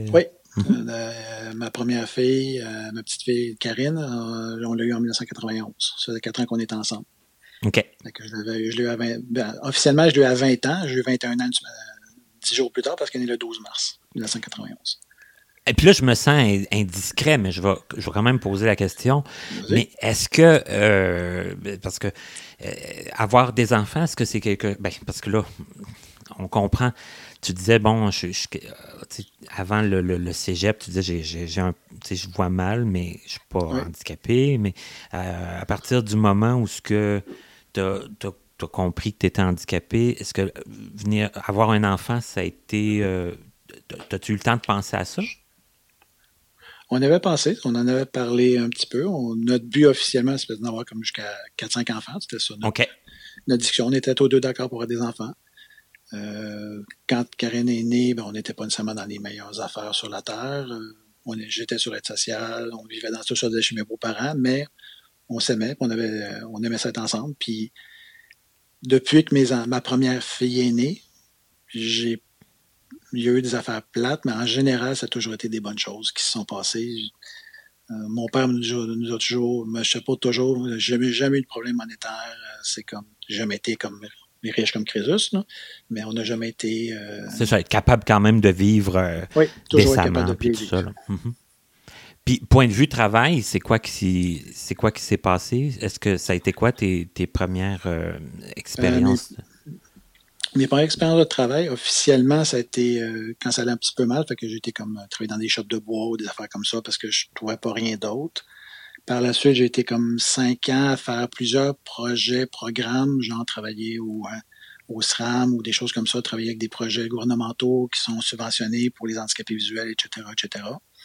Ma première fille, ma petite fille Karine, on l'a eu en 1991. Ça faisait 4 ans qu'on était ensemble. OK. Fait que je l'ai eu à 20, officiellement, je l'ai eu à 20 ans. J'ai eu 21 ans 10 jours plus tard parce qu'elle est né le 12 mars 1991. Et puis là, je me sens indiscret, mais je vais quand même poser la question. Vas-y. Mais est-ce que, parce que avoir des enfants, est-ce que c'est quelque... Ben, parce que là, on comprend. Tu disais, bon, avant le cégep, tu disais, je vois mal, mais je suis pas handicapé. Mais à partir du moment où tu as compris que tu étais handicapé, est-ce que avoir un enfant, ça a été... As-tu eu le temps de penser à ça? On avait pensé, on en avait parlé un petit peu. Notre but officiellement, c'était d'en avoir comme jusqu'à 4-5 enfants. C'était ça. Notre discussion, on était tous deux d'accord pour avoir des enfants. Quand Karine est née, on n'était pas nécessairement dans les meilleures affaires sur la Terre. J'étais sur l'aide sociale, on vivait dans tout ça chez mes beaux-parents, mais on s'aimait, on aimait ça être ensemble. Puis depuis que ma première fille est née, il y a eu des affaires plates, mais en général, ça a toujours été des bonnes choses qui se sont passées. Mon père nous a toujours, je sais pas toujours, jamais eu de problème monétaire. C'est comme, jamais été comme riche comme Crésus, là, mais on n'a jamais été... C'est ça, être capable quand même de vivre décemment, puis tout ça. Là. Mm-hmm. Puis, point de vue travail, c'est quoi qui s'est passé? Est-ce que ça a été quoi tes premières expériences? Mes premières expériences de travail, officiellement, ça a été quand ça allait un petit peu mal, fait que j'ai été comme travailler dans des shops de bois ou des affaires comme ça parce que je trouvais pas rien d'autre. Par la suite, j'ai été comme 5 ans à faire plusieurs projets, programmes, genre travailler au SRAM ou des choses comme ça, travailler avec des projets gouvernementaux qui sont subventionnés pour les handicapés visuels, etc., etc.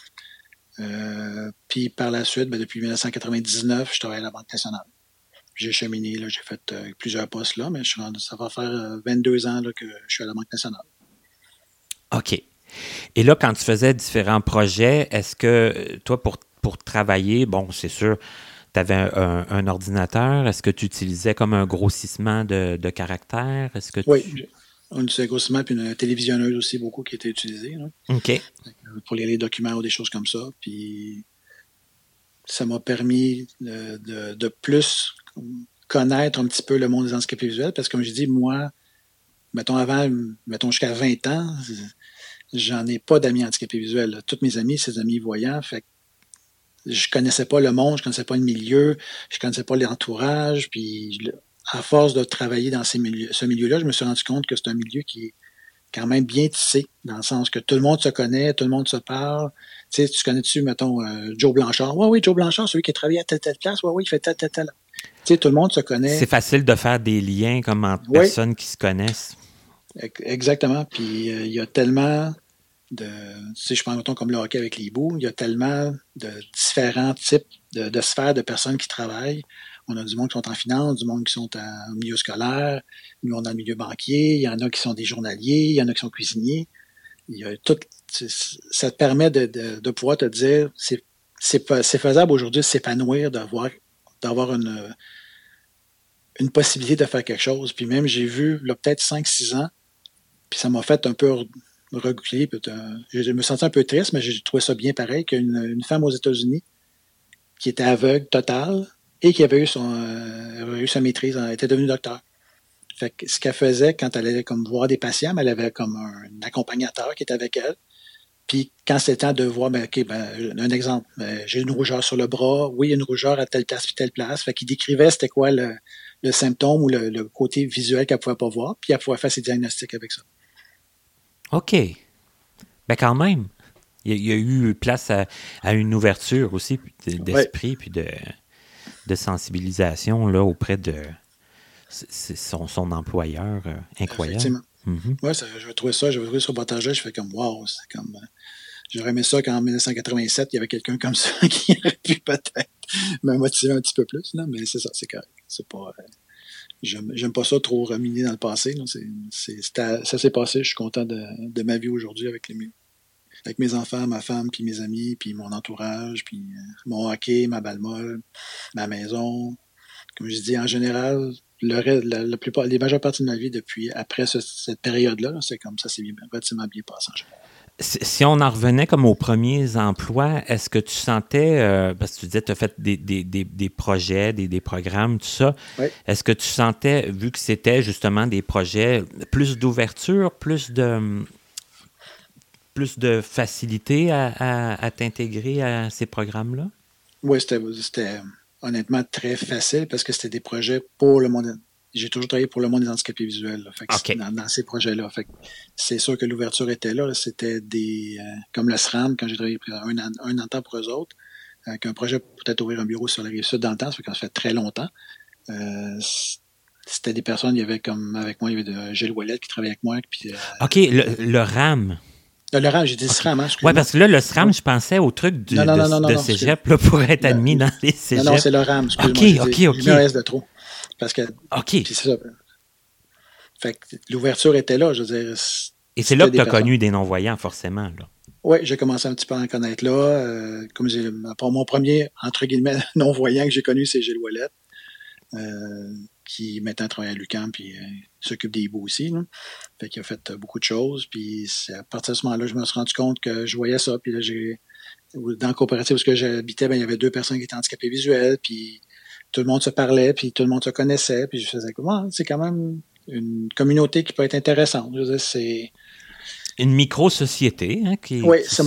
Puis par la suite, depuis 1999, je travaille à la Banque nationale. J'ai cheminé, là, j'ai fait plusieurs postes là, mais ça va faire 22 ans là, que je suis à la Banque nationale. OK. Et là, quand tu faisais différents projets, est-ce que toi, pour travailler, bon, c'est sûr, tu avais un ordinateur. Est-ce que tu utilisais comme un grossissement de caractères? Oui, on utilisait un grossissement puis une télévisionneuse aussi beaucoup qui était utilisée. Là. OK. Pour lire les documents ou des choses comme ça. Puis ça m'a permis de plus connaître un petit peu le monde des handicapés visuels parce que, comme je dis, moi, mettons jusqu'à 20 ans, j'en ai pas d'amis handicapés visuels. Là. Tous mes amis, c'est des amis voyants. Fait que je connaissais pas le monde, je connaissais pas le milieu, je connaissais pas l'entourage. Puis à force de travailler dans ce milieu-là, je me suis rendu compte que c'est un milieu qui est quand même bien tissé, dans le sens que tout le monde se connaît, tout le monde se parle. Tu sais, tu connais-tu, mettons, Joe Blanchard? Oui, Joe Blanchard, celui qui a travaillé à telle place. Oui, il fait telle. Tu sais, tout le monde se connaît. C'est facile de faire des liens comme entre personnes qui se connaissent. Exactement. Puis il y a tellement tu sais, je prends mettons comme le hockey avec les bouts, il y a tellement de différents types de sphères de personnes qui travaillent. On a du monde qui sont en finance, du monde qui sont au milieu scolaire, nous on est dans le milieu banquier, il y en a qui sont des journaliers, il y en a qui sont cuisiniers. Il y a tout, ça te permet de pouvoir te dire, c'est faisable aujourd'hui de s'épanouir, d'avoir une possibilité de faire quelque chose. Puis même, j'ai vu, là, peut-être 5-6 ans, puis ça m'a fait un peu reculer. Je me sentais un peu triste, mais j'ai trouvé ça bien pareil, qu'une femme aux États-Unis qui était aveugle totale et qui avait eu sa maîtrise, elle était devenue docteur. Fait que ce qu'elle faisait quand elle allait comme voir des patients, elle avait comme un accompagnateur qui était avec elle. Puis quand c'était temps de voir, un exemple, j'ai une rougeur sur le bras, oui, il y a une rougeur à telle place puis telle place. Fait qu'il décrivait c'était quoi le symptôme ou le côté visuel qu'elle pouvait pas voir, puis elle pouvait faire ses diagnostics avec ça. OK. Ben quand même. Il y a eu place à une ouverture aussi d'esprit puis de sensibilisation là, auprès de son employeur incroyable. Effectivement. Mm-hmm. Oui, j'avais trouvé ça au reportage, je fais comme wow, c'est comme j'aurais aimé ça qu'en 1987, il y avait quelqu'un comme ça qui aurait pu peut-être me motiver un petit peu plus, là, mais c'est ça, c'est correct. C'est pas j'aime pas ça trop reminer dans le passé. Là. Ça s'est passé, je suis content de ma vie aujourd'hui avec mes enfants, ma femme, puis mes amis, puis mon entourage, puis mon hockey, ma balle molle, ma maison. Comme je dis, en général, les majeures parties de ma vie après cette période-là, c'est comme ça, c'est relativement bien passé en général. Si on en revenait comme aux premiers emplois, est-ce que tu sentais, parce que tu disais que tu as fait des projets, des programmes, tout ça, Oui. est-ce que tu sentais, vu que c'était justement des projets, plus d'ouverture, plus de facilité à t'intégrer à ces programmes-là? Oui, c'était honnêtement très facile parce que c'était des projets pour le monde. J'ai toujours travaillé pour le monde des handicapés visuels. Là. Fait que OK. dans ces projets-là. Fait que c'est sûr que l'ouverture était là. C'était des comme le SRAM, quand j'ai travaillé un an de temps pour eux autres, qu'un projet pour peut-être ouvrir un bureau sur la Rive-Sud dans le temps, ça fait très longtemps. C'était des personnes, il y avait comme avec moi, il y avait Gilles Ouellet qui travaillait avec moi. Puis, OK, le RAM. Le RAM, j'ai dit SRAM, hein, Oui, parce que là, le SRAM, je pensais au truc de cégep là, pour être admis dans les cégeps. Non, c'est le RAM, excuse-moi. OK. J'ai mis un S de trop. Parce que, OK. Puis c'est ça. Fait que l'ouverture était là, je veux dire. Et c'est là que tu as connu des non-voyants, forcément. Oui, j'ai commencé un petit peu à en connaître là. Comme mon premier, entre guillemets, non-voyant que j'ai connu, c'est Gilles Ouellet, qui maintenant travaille à l'UQAM, puis s'occupe des hiboux aussi. Là. Fait qu'il a fait beaucoup de choses. Puis à partir de ce moment-là, je me suis rendu compte que je voyais ça. Puis là, dans la coopérative où j'habitais, il y avait 2 personnes qui étaient handicapées visuelles, puis tout le monde se parlait, puis tout le monde se connaissait, puis je faisais comment c'est quand même une communauté qui peut être intéressante. Je veux dire, c'est une micro-société, hein, oui, ça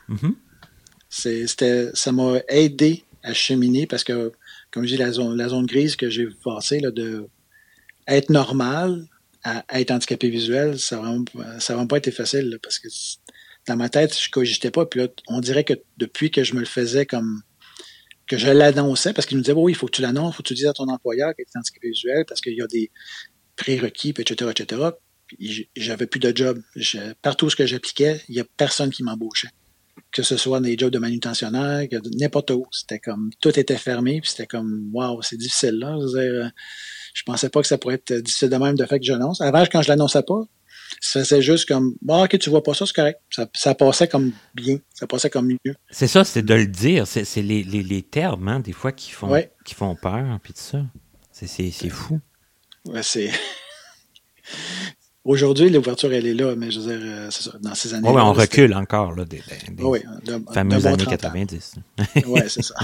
m'a aidé à cheminer parce que, comme je dis, la zone grise que j'ai passée là, de être normal à être handicapé visuel, ça n'a vraiment pas été facile là, parce que dans ma tête, je cogitais pas. Puis là, on dirait que depuis que je me le faisais comme que je l'annonçais, parce qu'il nous disait, oui, il faut que tu l'annonces, il faut que tu dises à ton employeur que tu es handicapé visuel, parce qu'il y a des prérequis, etc., etc. Puis j'avais plus de job. Partout où j'appliquais, il n'y a personne qui m'embauchait. Que ce soit dans les jobs de manutentionnaire, n'importe où. C'était comme, tout était fermé, puis c'était comme, waouh, c'est difficile, là. Je pensais pas que ça pourrait être difficile de même de fait que j'annonce. Avant, quand je l'annonçais pas, ça faisait juste comme, OK, tu vois pas ça, c'est correct. Ça passait comme bien. Ça passait comme mieux. C'est ça, c'est de le dire. C'est les termes, hein, des fois, qui font peur, puis tout ça. C'est fou. Ouais, c'est... Aujourd'hui, l'ouverture, elle est là, mais je veux dire, c'est ça, dans ces années-là... Oui, on recule encore, là, des fameuses années 90. Oui, c'est ça.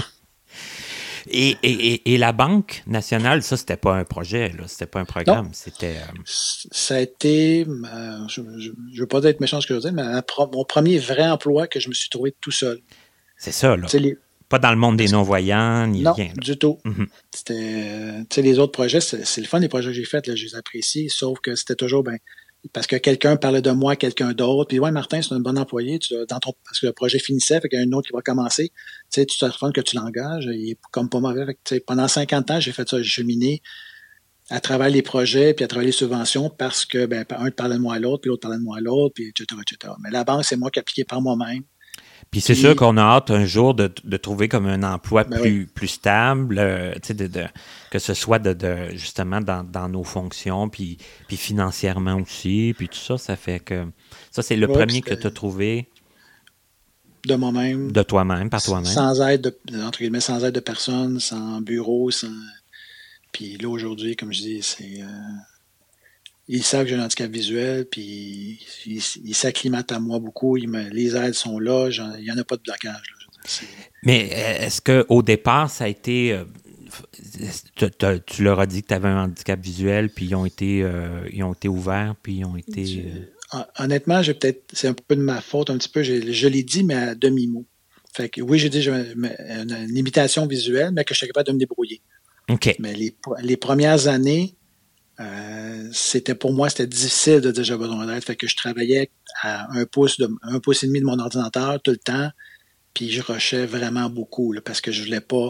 Et la Banque nationale, ça, c'était pas un projet, là, c'était pas un programme, c'était... Ça a été, je veux pas être méchant ce que je veux dire, mais mon premier vrai emploi que je me suis trouvé tout seul. C'est ça, là. Pas dans le monde des non-voyants, ni rien. Non, du tout. Mm-hmm. C'était, les autres projets, c'est le fun, les projets que j'ai faits, là, je les apprécie, sauf que c'était toujours, parce que quelqu'un parlait de moi à quelqu'un d'autre, puis ouais, Martin, c'est un bon employé, parce que le projet finissait, fait qu'il y a un autre qui va commencer, tu te rends compte que tu l'engages, il est comme pas mauvais, fait que, pendant 50 ans, j'ai fait ça, j'ai cheminé à travers les projets, puis à travers les subventions, parce que, un parlait de moi à l'autre, puis l'autre parlait de moi à l'autre, puis etc., etc. Mais la banque, c'est moi qui appliquais par moi-même. Puis c'est sûr qu'on a hâte un jour de trouver comme un emploi plus stable, que ce soit justement dans nos fonctions, puis financièrement aussi, puis tout ça, ça fait que... Ça, c'est le premier que tu as trouvé... De moi-même. De toi-même, par toi-même. Sans aide, entre guillemets, sans aide de personne, sans bureau, sans... Puis là, aujourd'hui, comme je dis, c'est... Ils savent que j'ai un handicap visuel, puis ils s'acclimatent à moi beaucoup. Les aides sont là, il n'y en a pas de blocage. Là, mais est-ce qu'au départ, ça a été... tu leur as dit que tu avais un handicap visuel, puis ils ont été ouverts, puis ils ont été... Honnêtement, c'est un peu de ma faute, un petit peu. Je l'ai dit, mais à demi-mot. Fait que oui, j'ai dit j'ai une limitation visuelle, mais que je suis capable de me débrouiller. OK. Mais les premières années... pour moi, c'était difficile de dire j'ai besoin d'aide. Fait que je travaillais à 1 pouce et demi de mon ordinateur tout le temps, puis je rushais vraiment beaucoup là, parce que je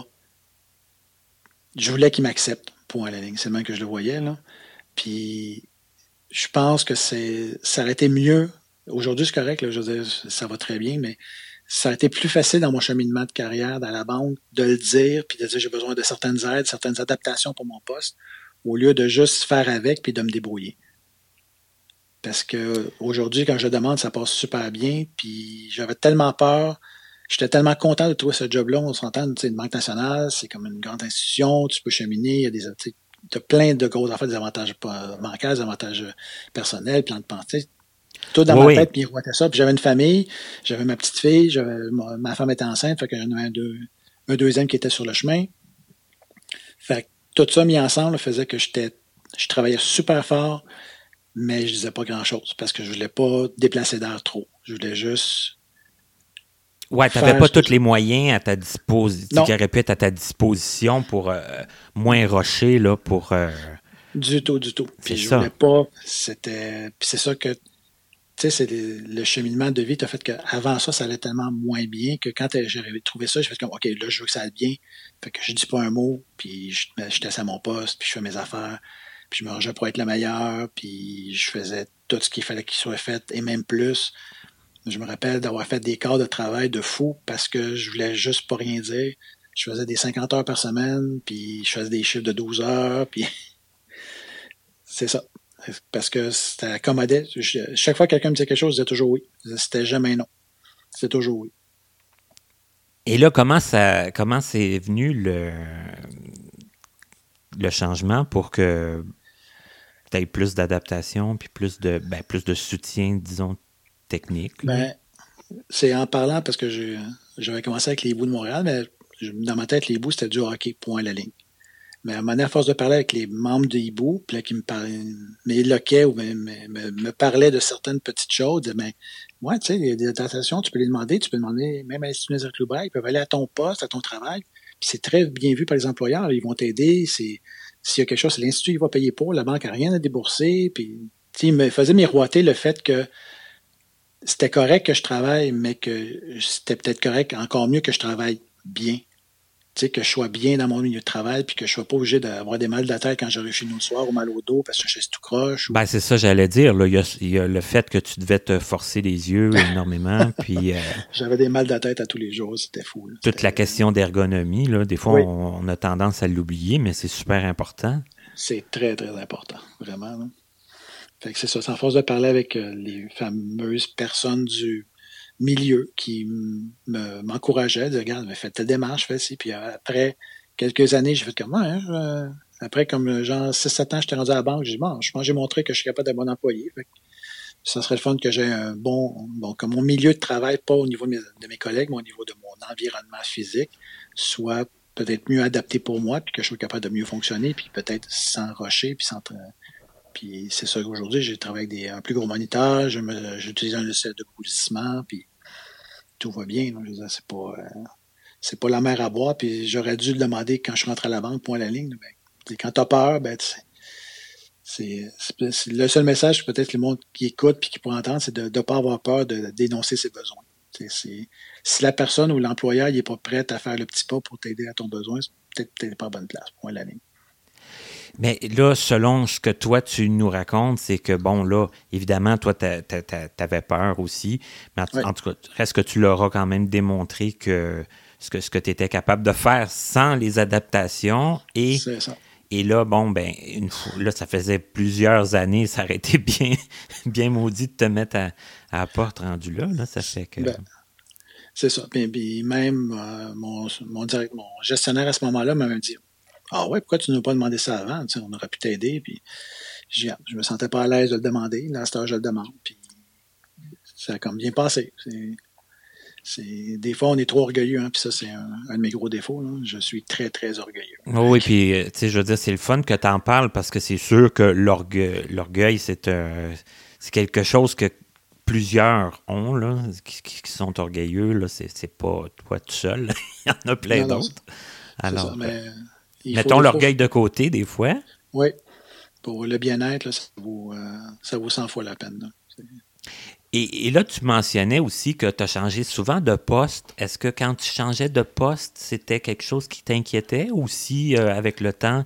voulais qu'il m'accepte, point à la ligne. C'est le même que je le voyais. Là. Puis je pense que ça aurait été mieux. Aujourd'hui, c'est correct, là, je veux dire, ça va très bien, mais ça aurait été plus facile dans mon cheminement de carrière dans la banque de le dire, puis de dire j'ai besoin de certaines aides, certaines adaptations pour mon poste, au lieu de juste faire avec puis de me débrouiller. Parce que aujourd'hui, quand je demande, ça passe super bien, puis j'avais tellement peur, j'étais tellement content de trouver ce job-là, on s'entend, tu sais, une banque nationale, c'est comme une grande institution, tu peux cheminer, il y a t'as plein de gros affaires, des avantages bancaires, des avantages personnels, plan de pensée. Tout dans Oui, ma oui. tête miroitait ça. Puis j'avais une famille, j'avais ma petite fille, ma femme était enceinte, fait que j'en avais un deuxième qui était sur le chemin. Fait que tout ça mis ensemble faisait que je travaillais super fort, mais je disais pas grand-chose parce que je voulais pas déplacer d'air trop. Je voulais juste Ouais, tu n'avais faire pas ce que tous les moyens à ta disposition, Non, qui auraient pu être à ta disposition pour moins rusher, là, pour... du tout, du tout. c'est Puis je voulais ça. pas, puis c'est ça que, tu sais, c'est le cheminement de vie, t'as fait qu'avant ça, ça allait tellement moins bien que quand j'avais trouvé ça, j'ai fait comme, OK, là, je veux que ça aille bien. Fait que je dis pas un mot, puis je laisse à mon poste, puis je fais mes affaires, puis je me rangeais pour être le meilleur, puis je faisais tout ce qu'il fallait qu'il soit fait, et même plus. Je me rappelle d'avoir fait des quarts de travail de fou parce que je voulais juste pas rien dire. Je faisais des 50 heures par semaine, puis je faisais des chiffres de 12 heures, puis c'est ça. Parce que c'était accommodé. Chaque fois que quelqu'un me disait quelque chose, je disais toujours oui. C'était jamais non. C'était toujours oui. Et là, comment c'est venu le changement pour que tu aies plus d'adaptation puis plus de soutien, disons, technique, là? Ben, c'est en parlant parce que j'avais commencé avec les bouts de Montréal, mais dans ma tête, les bouts, c'était du hockey, point à la ligne. Mais à un moment donné, à force de parler avec les membres de Hibou, puis là, qui me parlaient, m'éloquaient ou me parlaient de certaines petites choses, ben, ouais, tu sais, il y a des adaptations, tu peux les demander, même à l'Institut Nézet-Loubert, ils peuvent aller à ton poste, à ton travail, puis c'est très bien vu par les employeurs, ils vont t'aider, s'il y a quelque chose, c'est l'Institut qui va payer pour, la banque a rien à débourser, puis, tu sais, il me faisait miroiter le fait que c'était correct que je travaille, mais que c'était peut-être correct encore mieux que je travaille bien. Tu sais, que je sois bien dans mon milieu de travail, puis que je sois pas obligé d'avoir des mal de la tête quand j'arrive chez nous le soir ou mal au dos parce que je suis tout croche. Ben, c'est ça, j'allais dire. Là, il y a le fait que tu devais te forcer les yeux énormément, puis J'avais des mal de la tête à tous les jours, c'était fou. Là. toute la question d'ergonomie, là, des fois, Oui, on a tendance à l'oublier, mais c'est super important. c'est très, très important, vraiment. Là. Fait que c'est ça, c'est en force de parler avec les fameuses personnes du milieu qui m'encourageaient, de regarde, fais ta démarche, fais ci. Puis après quelques années, j'ai fait comme moi, après comme genre 6-7 ans, j'étais rendu à la banque, j'ai dit bon, je pense que j'ai montré que je suis capable d'être bon employé. Fait que ça serait le fun que j'ai un bon, comme mon milieu de travail, pas au niveau de mes collègues, mais au niveau de mon environnement physique, soit peut-être mieux adapté pour moi, puis que je sois capable de mieux fonctionner, puis peut-être sans rusher, puis c'est ça qu'aujourd'hui, j'ai travaillé avec un plus gros moniteur, j'utilise un logiciel de coulissement, puis tout va bien. Là. Je veux dire, c'est pas la mer à boire, puis j'aurais dû le demander quand je suis rentré à la banque, point à la ligne. Ben, quand t'as peur, ben, c'est le seul message peut-être que le monde qui écoute puis qui pourrait entendre, c'est de ne pas avoir peur de dénoncer ses besoins. Si la personne ou l'employeur n'est pas prêt à faire le petit pas pour t'aider à ton besoin, c'est peut-être pas à bonne place, point à la ligne. Mais là, selon ce que toi, tu nous racontes, c'est que, bon, là, évidemment, toi, t'avais peur aussi, mais Oui, en tout cas, reste que tu leur as quand même démontré que ce que tu étais capable de faire sans les adaptations. c'est ça. Et là, bon, ben, là, ça faisait plusieurs années, ça aurait été bien maudit de te mettre à la porte rendu là, ça fait que... Ben, c'est ça. Puis même mon gestionnaire à ce moment-là m'a dit ah ouais, pourquoi tu ne nous as pas demandé ça avant? Tu sais, on aurait pu t'aider. Puis je me sentais pas à l'aise de le demander. Là, à cette heure, je le demande. Puis ça a comme bien passé. Des fois, on est trop orgueilleux, hein, puis ça, c'est un de mes gros défauts. Là. Je suis très, très orgueilleux. Oh oui, puis, tu sais, je veux dire, c'est le fun que tu en parles parce que c'est sûr que l'orgueil, c'est quelque chose que plusieurs ont, là, qui sont orgueilleux, là, c'est pas toi tout seul. Il y en a plein Non, d'autres. c'est Alors, ça. Mais mettons l'orgueil de côté, des fois. Oui, pour le bien-être, là, ça vaut 100 fois la peine. Là. Et là, tu mentionnais aussi que tu as changé souvent de poste. Est-ce que quand tu changeais de poste, c'était quelque chose qui t'inquiétait ou si, avec le temps,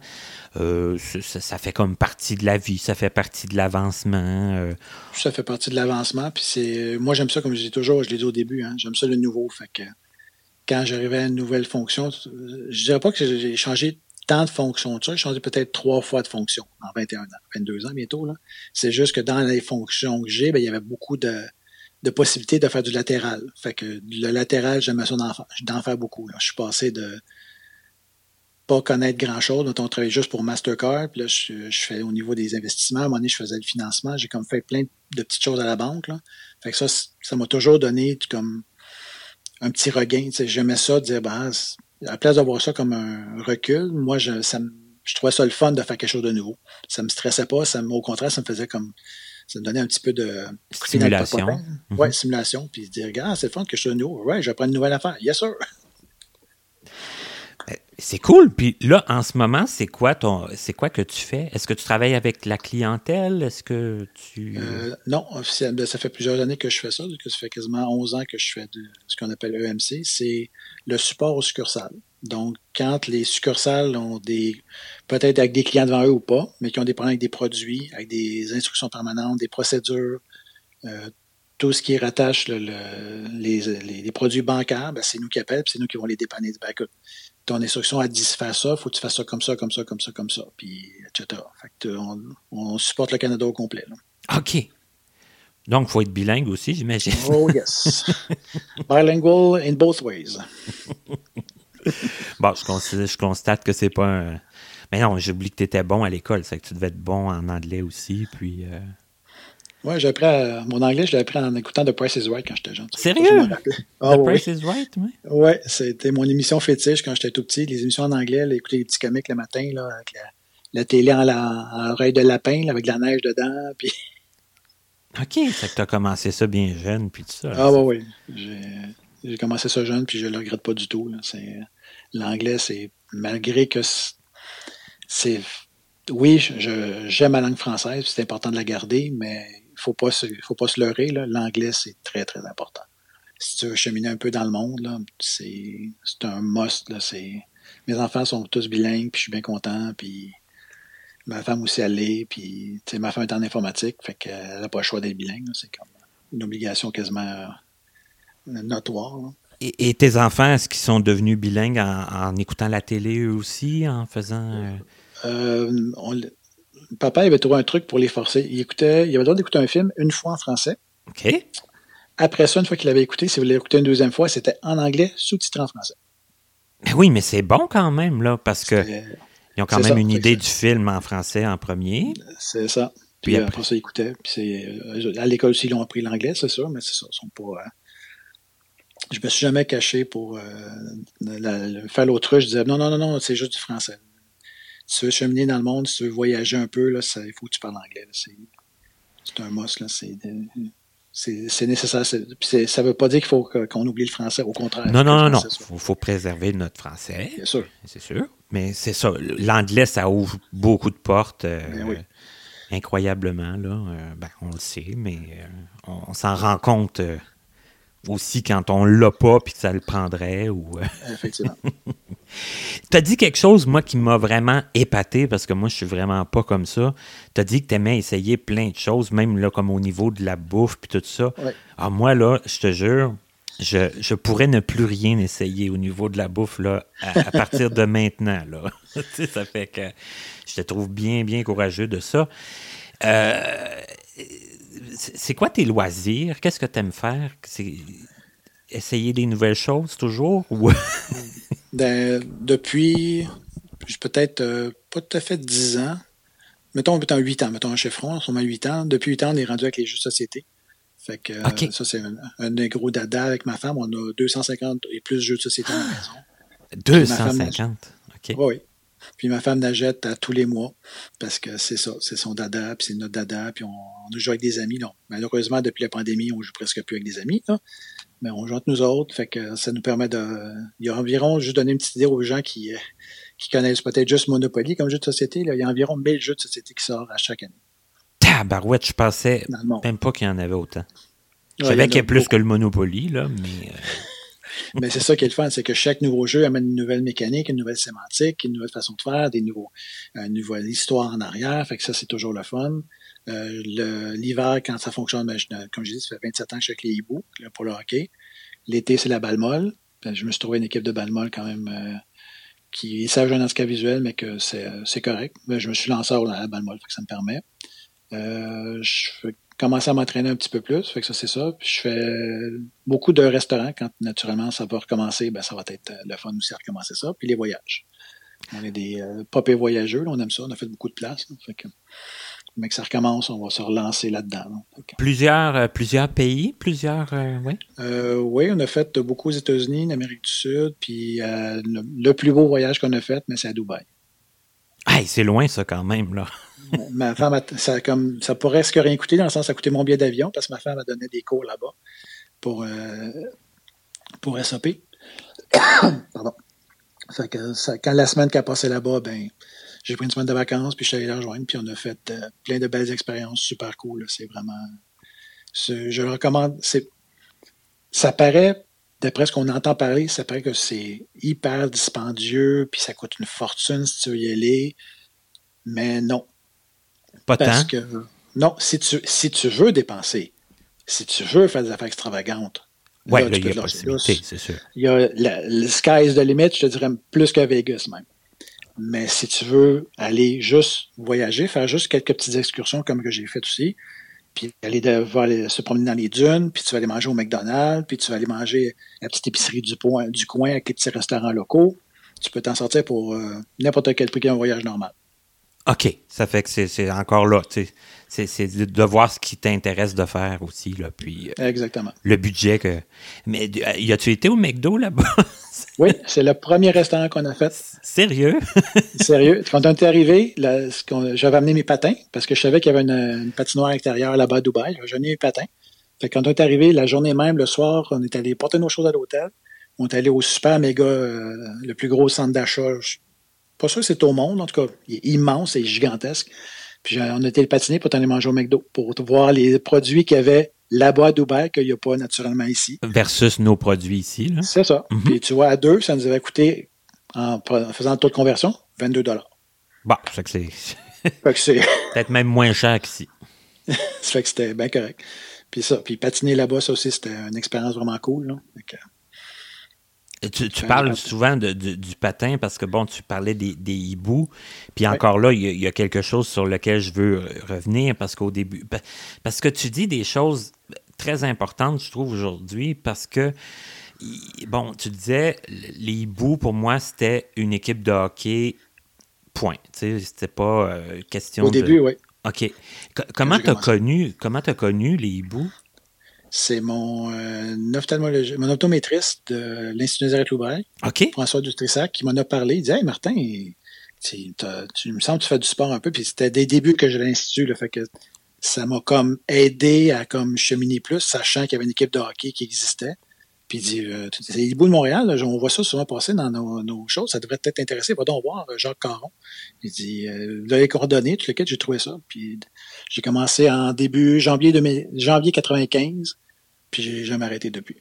ça fait comme partie de la vie, ça fait partie de l'avancement? Ça fait partie de l'avancement. Puis moi, j'aime ça, comme je dis toujours, je l'ai dit au début, hein, j'aime ça le nouveau. Fait que quand j'arrivais à une nouvelle fonction, je dirais pas que j'ai changé tant de fonctions. J'ai changé peut-être 3 fois de fonction en 21 ans, 22 ans bientôt. Là. C'est juste que dans les fonctions que j'ai, ben, il y avait beaucoup de possibilités de faire du latéral. Fait que le latéral, j'aimais ça d'en faire beaucoup. Là. Je suis passé pas connaître grand-chose. Donc, on travaillait juste pour Mastercard. Puis là, je fais au niveau des investissements. À un moment donné, je faisais le financement. J'ai comme fait plein de petites choses à la banque, là. Fait que ça m'a toujours donné comme un petit regain. Tu sais, j'aimais ça, de dire, à la place de voir ça comme un recul, moi, je trouvais ça le fun de faire quelque chose de nouveau. Ça me stressait pas. Au contraire, ça me faisait comme... Ça me donnait un petit peu de... Stimulation. Ouais, stimulation. Puis dire, regarde, c'est le fun que je sois nouveau. Ouais, je vais prendre une nouvelle affaire. Yes, sir. C'est cool. Puis là, en ce moment, c'est quoi que tu fais? Est-ce que tu travailles avec la clientèle? Est-ce que tu... Non, officiellement, ça fait plusieurs années que je fais ça. Ça fait quasiment 11 ans que je fais ce qu'on appelle EMC. C'est le support aux succursales. Donc, quand les succursales ont peut-être avec des clients devant eux ou pas, mais qui ont des problèmes avec des produits, avec des instructions permanentes, des procédures, tout ce qui rattache les produits bancaires, c'est nous qui appellent, puis c'est nous qui vont les dépanner. Ben, écoute, ton instruction a dit faire ça, il faut que tu fasses ça comme ça, comme ça, comme ça, comme ça, puis etc. Fait que on supporte le Canada au complet, là. OK. Donc, il faut être bilingue aussi, j'imagine. Oh yes. Bilingual in both ways. Bon, je constate que c'est pas un... Mais non, j'ai oublié que tu étais bon à l'école, c'est que tu devais être bon en anglais aussi, puis... Oui, mon anglais, je l'ai appris en écoutant The Price is Right quand j'étais jeune. Sérieux? The Price is Right, oui? Oui, c'était mon émission fétiche quand j'étais tout petit. Les émissions en anglais, écouter les petits comiques le matin, là, avec la télé en oreille de lapin, là, avec de la neige dedans. Puis... OK, c'est que tu as commencé ça bien jeune, puis tout ça. Ah oui. J'ai commencé ça jeune, puis je le regrette pas du tout. Là. L'anglais, c'est malgré que c'est... Oui, j'aime la langue française, c'est important de la garder, mais il faut pas se leurrer. Là. L'anglais, c'est très, très important. Si tu veux cheminer un peu dans le monde, là, c'est un must. Là, mes enfants sont tous bilingues, puis je suis bien content, puis ma femme aussi, elle l'est, puis ma femme est en informatique, fait qu'elle n'a pas le choix d'être bilingue. Là. C'est comme une obligation quasiment notoire. Là. Et tes enfants, est-ce qu'ils sont devenus bilingues en écoutant la télé eux aussi, en faisant... Papa il avait trouvé un truc pour les forcer. Il avait le droit d'écouter un film une fois en français. OK. Après ça, une fois qu'il l'avait écouté, s'il voulait l'écouter une deuxième fois, c'était en anglais, sous-titré en français. Mais oui, mais c'est bon quand même, là, parce que ils ont quand même une idée du film en français en premier. C'est ça. Puis après ça, ils écoutaient. Puis à l'école aussi, ils ont appris l'anglais, c'est sûr, mais c'est ça. Ils sont pas... Je me suis jamais caché pour faire l'autruche. Je disais non, c'est juste du français. Si tu veux cheminer dans le monde, si tu veux voyager un peu, là, il faut que tu parles anglais. Là. C'est un must. Là. C'est nécessaire. Ça ne veut pas dire qu'il faut qu'on oublie le français. Au contraire. Non. Il faut préserver notre français. Bien sûr. C'est sûr. Mais c'est ça. L'anglais, ça ouvre beaucoup de portes. Oui. Incroyablement. Là. On le sait, mais on s'en rend compte aussi quand on l'a pas puis que ça le prendrait. Effectivement. Tu as dit quelque chose, moi, qui m'a vraiment épaté, parce que moi, je suis vraiment pas comme ça. Tu as dit que tu aimais essayer plein de choses, même là, comme au niveau de la bouffe puis tout ça. Ouais. Alors, moi, là, je te jure, je pourrais ne plus rien essayer au niveau de la bouffe là, à partir de maintenant. Là. Ça fait que je te trouve bien, bien courageux de ça. C'est quoi tes loisirs? Qu'est-ce que tu aimes faire? C'est essayer des nouvelles choses toujours? Ou... Depuis, peut-être pas tout à fait 10 ans, mettons 8 ans, mettons un chiffron, on a 8 ans. Depuis 8 ans, on est rendu avec les jeux de société. Fait que okay. Ça, c'est un des gros dada avec ma femme. On a 250 et plus de jeux de société à la maison. 250? OK. Oui. Puis ma femme n'achète à tous les mois parce que c'est ça, c'est son dada, puis c'est notre dada, puis on a joué avec des amis. Là. Malheureusement, depuis la pandémie, on joue presque plus avec des amis, là. Mais on joue entre nous autres, fait que ça nous permet il y a environ, juste donner une petite idée aux gens qui connaissent peut-être juste Monopoly comme jeu de société, là, il y a environ 1000 jeux de société qui sortent à chaque année. Tabarouette, je pensais même pas qu'il y en avait autant. Je savais qu'il y a plus que le Monopoly, là, mais... Mais c'est ça qui est le fun, c'est que chaque nouveau jeu amène une nouvelle mécanique, une nouvelle sémantique, une nouvelle façon de faire, une nouvelle histoire en arrière, fait que ça, c'est toujours le fun. L'hiver, quand ça fonctionne, comme je dis, ça fait 27 ans que je suis avec les hiboux pour le hockey. L'été, c'est la balle molle. Je me suis trouvé une équipe de balle molle quand même qui savent jouer un handicap visuel, mais que c'est correct. Je me suis lancé à la balle molle, fait que ça me permet. Je commencer à m'entraîner un petit peu plus, fait que ça, c'est ça. Puis je fais beaucoup de restaurants. Quand, naturellement, ça va recommencer, ça va être le fun aussi à recommencer ça. Puis les voyages. On est des pop et voyageux, là, on aime ça, on a fait beaucoup de place. Là, fait que, mais que ça recommence, on va se relancer là-dedans. Là, Plusieurs pays, oui. Oui, on a fait beaucoup aux États-Unis, en Amérique du Sud, puis le plus beau voyage qu'on a fait, mais c'est à Dubaï. Hey, c'est loin ça quand même, là. Ma femme, ça pourrait presque rien coûter, dans le sens ça a coûté mon billet d'avion, parce que ma femme a donné des cours là-bas pour SAP. Pardon. Fait que quand la semaine qu'elle a passé là-bas, ben j'ai pris une semaine de vacances, puis je suis allé la rejoindre, puis on a fait plein de belles expériences, super cool. Là, c'est vraiment... je le recommande. Ça paraît, d'après ce qu'on entend parler, ça paraît que c'est hyper dispendieux, puis ça coûte une fortune si tu veux y aller. Mais non. Pas Parce tant. que non, si tu veux dépenser, si tu veux faire des affaires extravagantes, oui, là, il y a possibilité, c'est sûr. Il y a le sky is the limit, je te dirais plus qu'à Vegas même. Mais si tu veux aller juste voyager, faire juste quelques petites excursions comme que j'ai fait aussi, puis aller se promener dans les dunes, puis tu vas aller manger au McDonald's, puis tu vas aller manger à la petite épicerie du coin avec les petits restaurants locaux, tu peux t'en sortir pour n'importe quel prix qu'un voyage normal. OK. Ça fait que c'est encore là. C'est de voir ce qui t'intéresse de faire aussi. Là, puis, exactement. Le budget que. Mais y as-tu été au McDo là-bas? Oui, c'est le premier restaurant qu'on a fait. Sérieux? Sérieux. Quand on est arrivé, j'avais amené mes patins parce que je savais qu'il y avait une patinoire extérieure là-bas à Dubaï. J'avais amené mes patins. Fait que quand on est arrivé, la journée même, le soir, on est allé porter nos choses à l'hôtel. On est allé au super méga, le plus gros centre d'achat. Pas sûr que c'est au monde, en tout cas. Il est immense et gigantesque. Puis on a été le patiner pour aller manger au McDo, pour voir les produits qu'il y avait là-bas à Dubaï, qu'il n'y a pas naturellement ici. Versus nos produits ici. Là. C'est ça. Mm-hmm. Puis tu vois, à deux, ça nous avait coûté, en faisant le taux de conversion, 22 $. Bon, ça fait que c'est peut-être même moins cher qu'ici. Ça fait que c'était bien correct. Puis patiner là-bas, ça aussi, c'était une expérience vraiment cool. Là. Tu parles souvent du patin parce que, bon, tu parlais des hiboux. Puis encore là, il y a quelque chose sur lequel je veux revenir parce qu'au début... Parce que tu dis des choses très importantes, je trouve, aujourd'hui, parce que, bon, tu disais, les hiboux, pour moi, c'était une équipe de hockey, point. Tu sais, c'était pas question au début, oui. OK. Comment tu as connu les hiboux? C'est mon optométriste de l'Institut Nazareth-Loubert, okay. François Dutrissac, qui m'en a parlé. Il dit « Hey, Martin, tu me semble que tu fais du sport un peu. » Puis c'était des débuts que j'ai à l'Institut, là, fait que ça m'a comme aidé à comme cheminer plus, sachant qu'il y avait une équipe de hockey qui existait. Puis il dit « C'est les hiboux de Montréal, là, on voit ça souvent passer dans nos choses, ça devrait peut-être t'intéresser. Va donc voir Jacques Caron. » Il dit « Là, les coordonnées, tout lequel j'ai trouvé ça. » Puis j'ai commencé en début janvier 95, puis j'ai jamais arrêté depuis.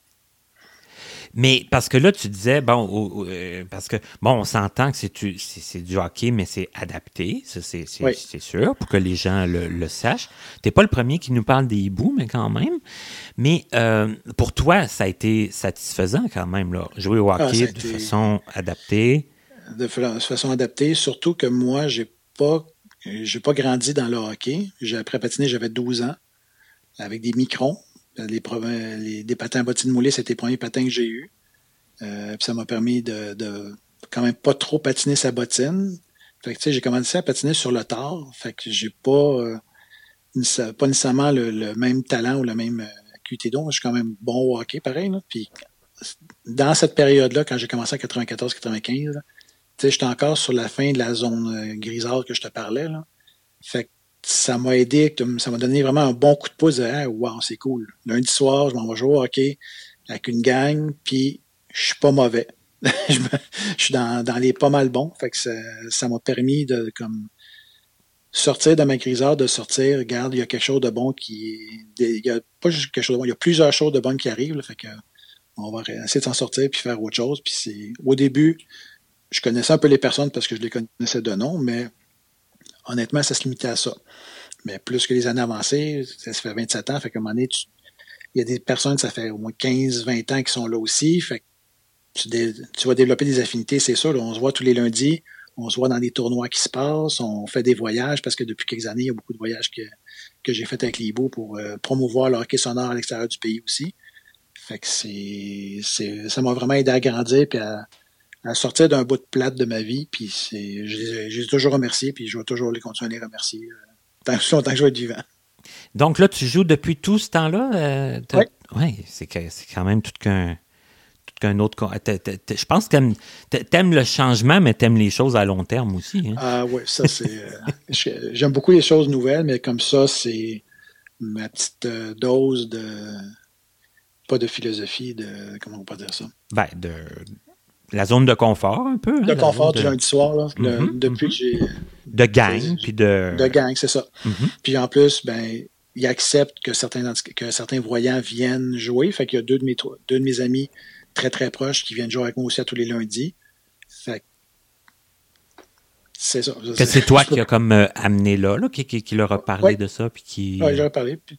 Mais parce que là, tu disais, parce que, on s'entend que c'est du hockey, mais c'est adapté, ça, c'est sûr, pour que les gens le sachent. T'es pas le premier qui nous parle des hiboux, mais quand même. Mais pour toi, ça a été satisfaisant quand même, là, jouer au hockey de façon adaptée. De façon adaptée, surtout que moi, j'ai pas grandi dans le hockey. J'ai appris à patiner, j'avais 12 ans, avec des microns. Des patins à bottines moulées, c'était les premiers patins que j'ai eus. Puis ça m'a permis de quand même pas trop patiner sa bottine. Fait que tu sais, j'ai commencé à patiner sur le tard. Fait que j'ai pas nécessairement le même talent ou la même acuité d'eau. Je suis quand même bon au hockey, pareil. Là. Puis dans cette période-là, quand j'ai commencé en 94-95, tu sais, j'étais encore sur la fin de la zone grisâtre que je te parlais. Là. Fait que ça m'a aidé, ça m'a donné vraiment un bon coup de pouce de « wow, c'est cool. Lundi soir, je m'en vais jouer au hockey avec une gang, puis je suis pas mauvais. Je suis dans les pas mal bons. » Fait que ça m'a permis de comme sortir de ma grisâtre, de sortir, regarde, il y a quelque chose de bon il y a pas juste quelque chose de bon, il y a plusieurs choses de bonnes qui arrivent. Là, fait que on va essayer de s'en sortir puis faire autre chose. Puis au début, je connaissais un peu les personnes parce que je les connaissais de nom, mais honnêtement, ça se limitait à ça. Mais plus que les années avancées, ça fait 27 ans, fait qu'à un moment donné, il y a des personnes, ça fait au moins 15-20 ans qui sont là aussi, fait que tu vas développer des affinités, c'est sûr. Là, on se voit tous les lundis, on se voit dans des tournois qui se passent, on fait des voyages, parce que depuis quelques années, il y a beaucoup de voyages que j'ai fait avec les hiboux pour promouvoir le hockey sonore à l'extérieur du pays aussi. Fait que ça m'a vraiment aidé à grandir puis à à sortir d'un bout de plate de ma vie, puis j'ai toujours remercié, puis je vais toujours les continuer à les remercier tant que je vais être vivant. Donc là, tu joues depuis tout ce temps-là? Oui. Oui, c'est quand même tout qu'un autre... Je pense que t'aimes le changement, mais t'aimes les choses à long terme aussi. Hein? Ah oui, ça c'est... j'aime beaucoup les choses nouvelles, mais comme ça, c'est ma petite dose de... Pas de philosophie, de... Comment on peut dire ça? Ben, de la zone de confort, un peu. De confort du lundi soir, là, depuis que j'ai... De gang, puis de... De gang, c'est ça. Mm-hmm. Puis en plus, ben, ils acceptent que certains voyants viennent jouer. Fait qu'il y a deux de mes amis très, très proches qui viennent jouer avec moi aussi à tous les lundis. Fait que c'est ça. Que c'est toi qui as comme amené là, qui leur a parlé de ça, puis qui... Oui, j'aurais parlé. Puis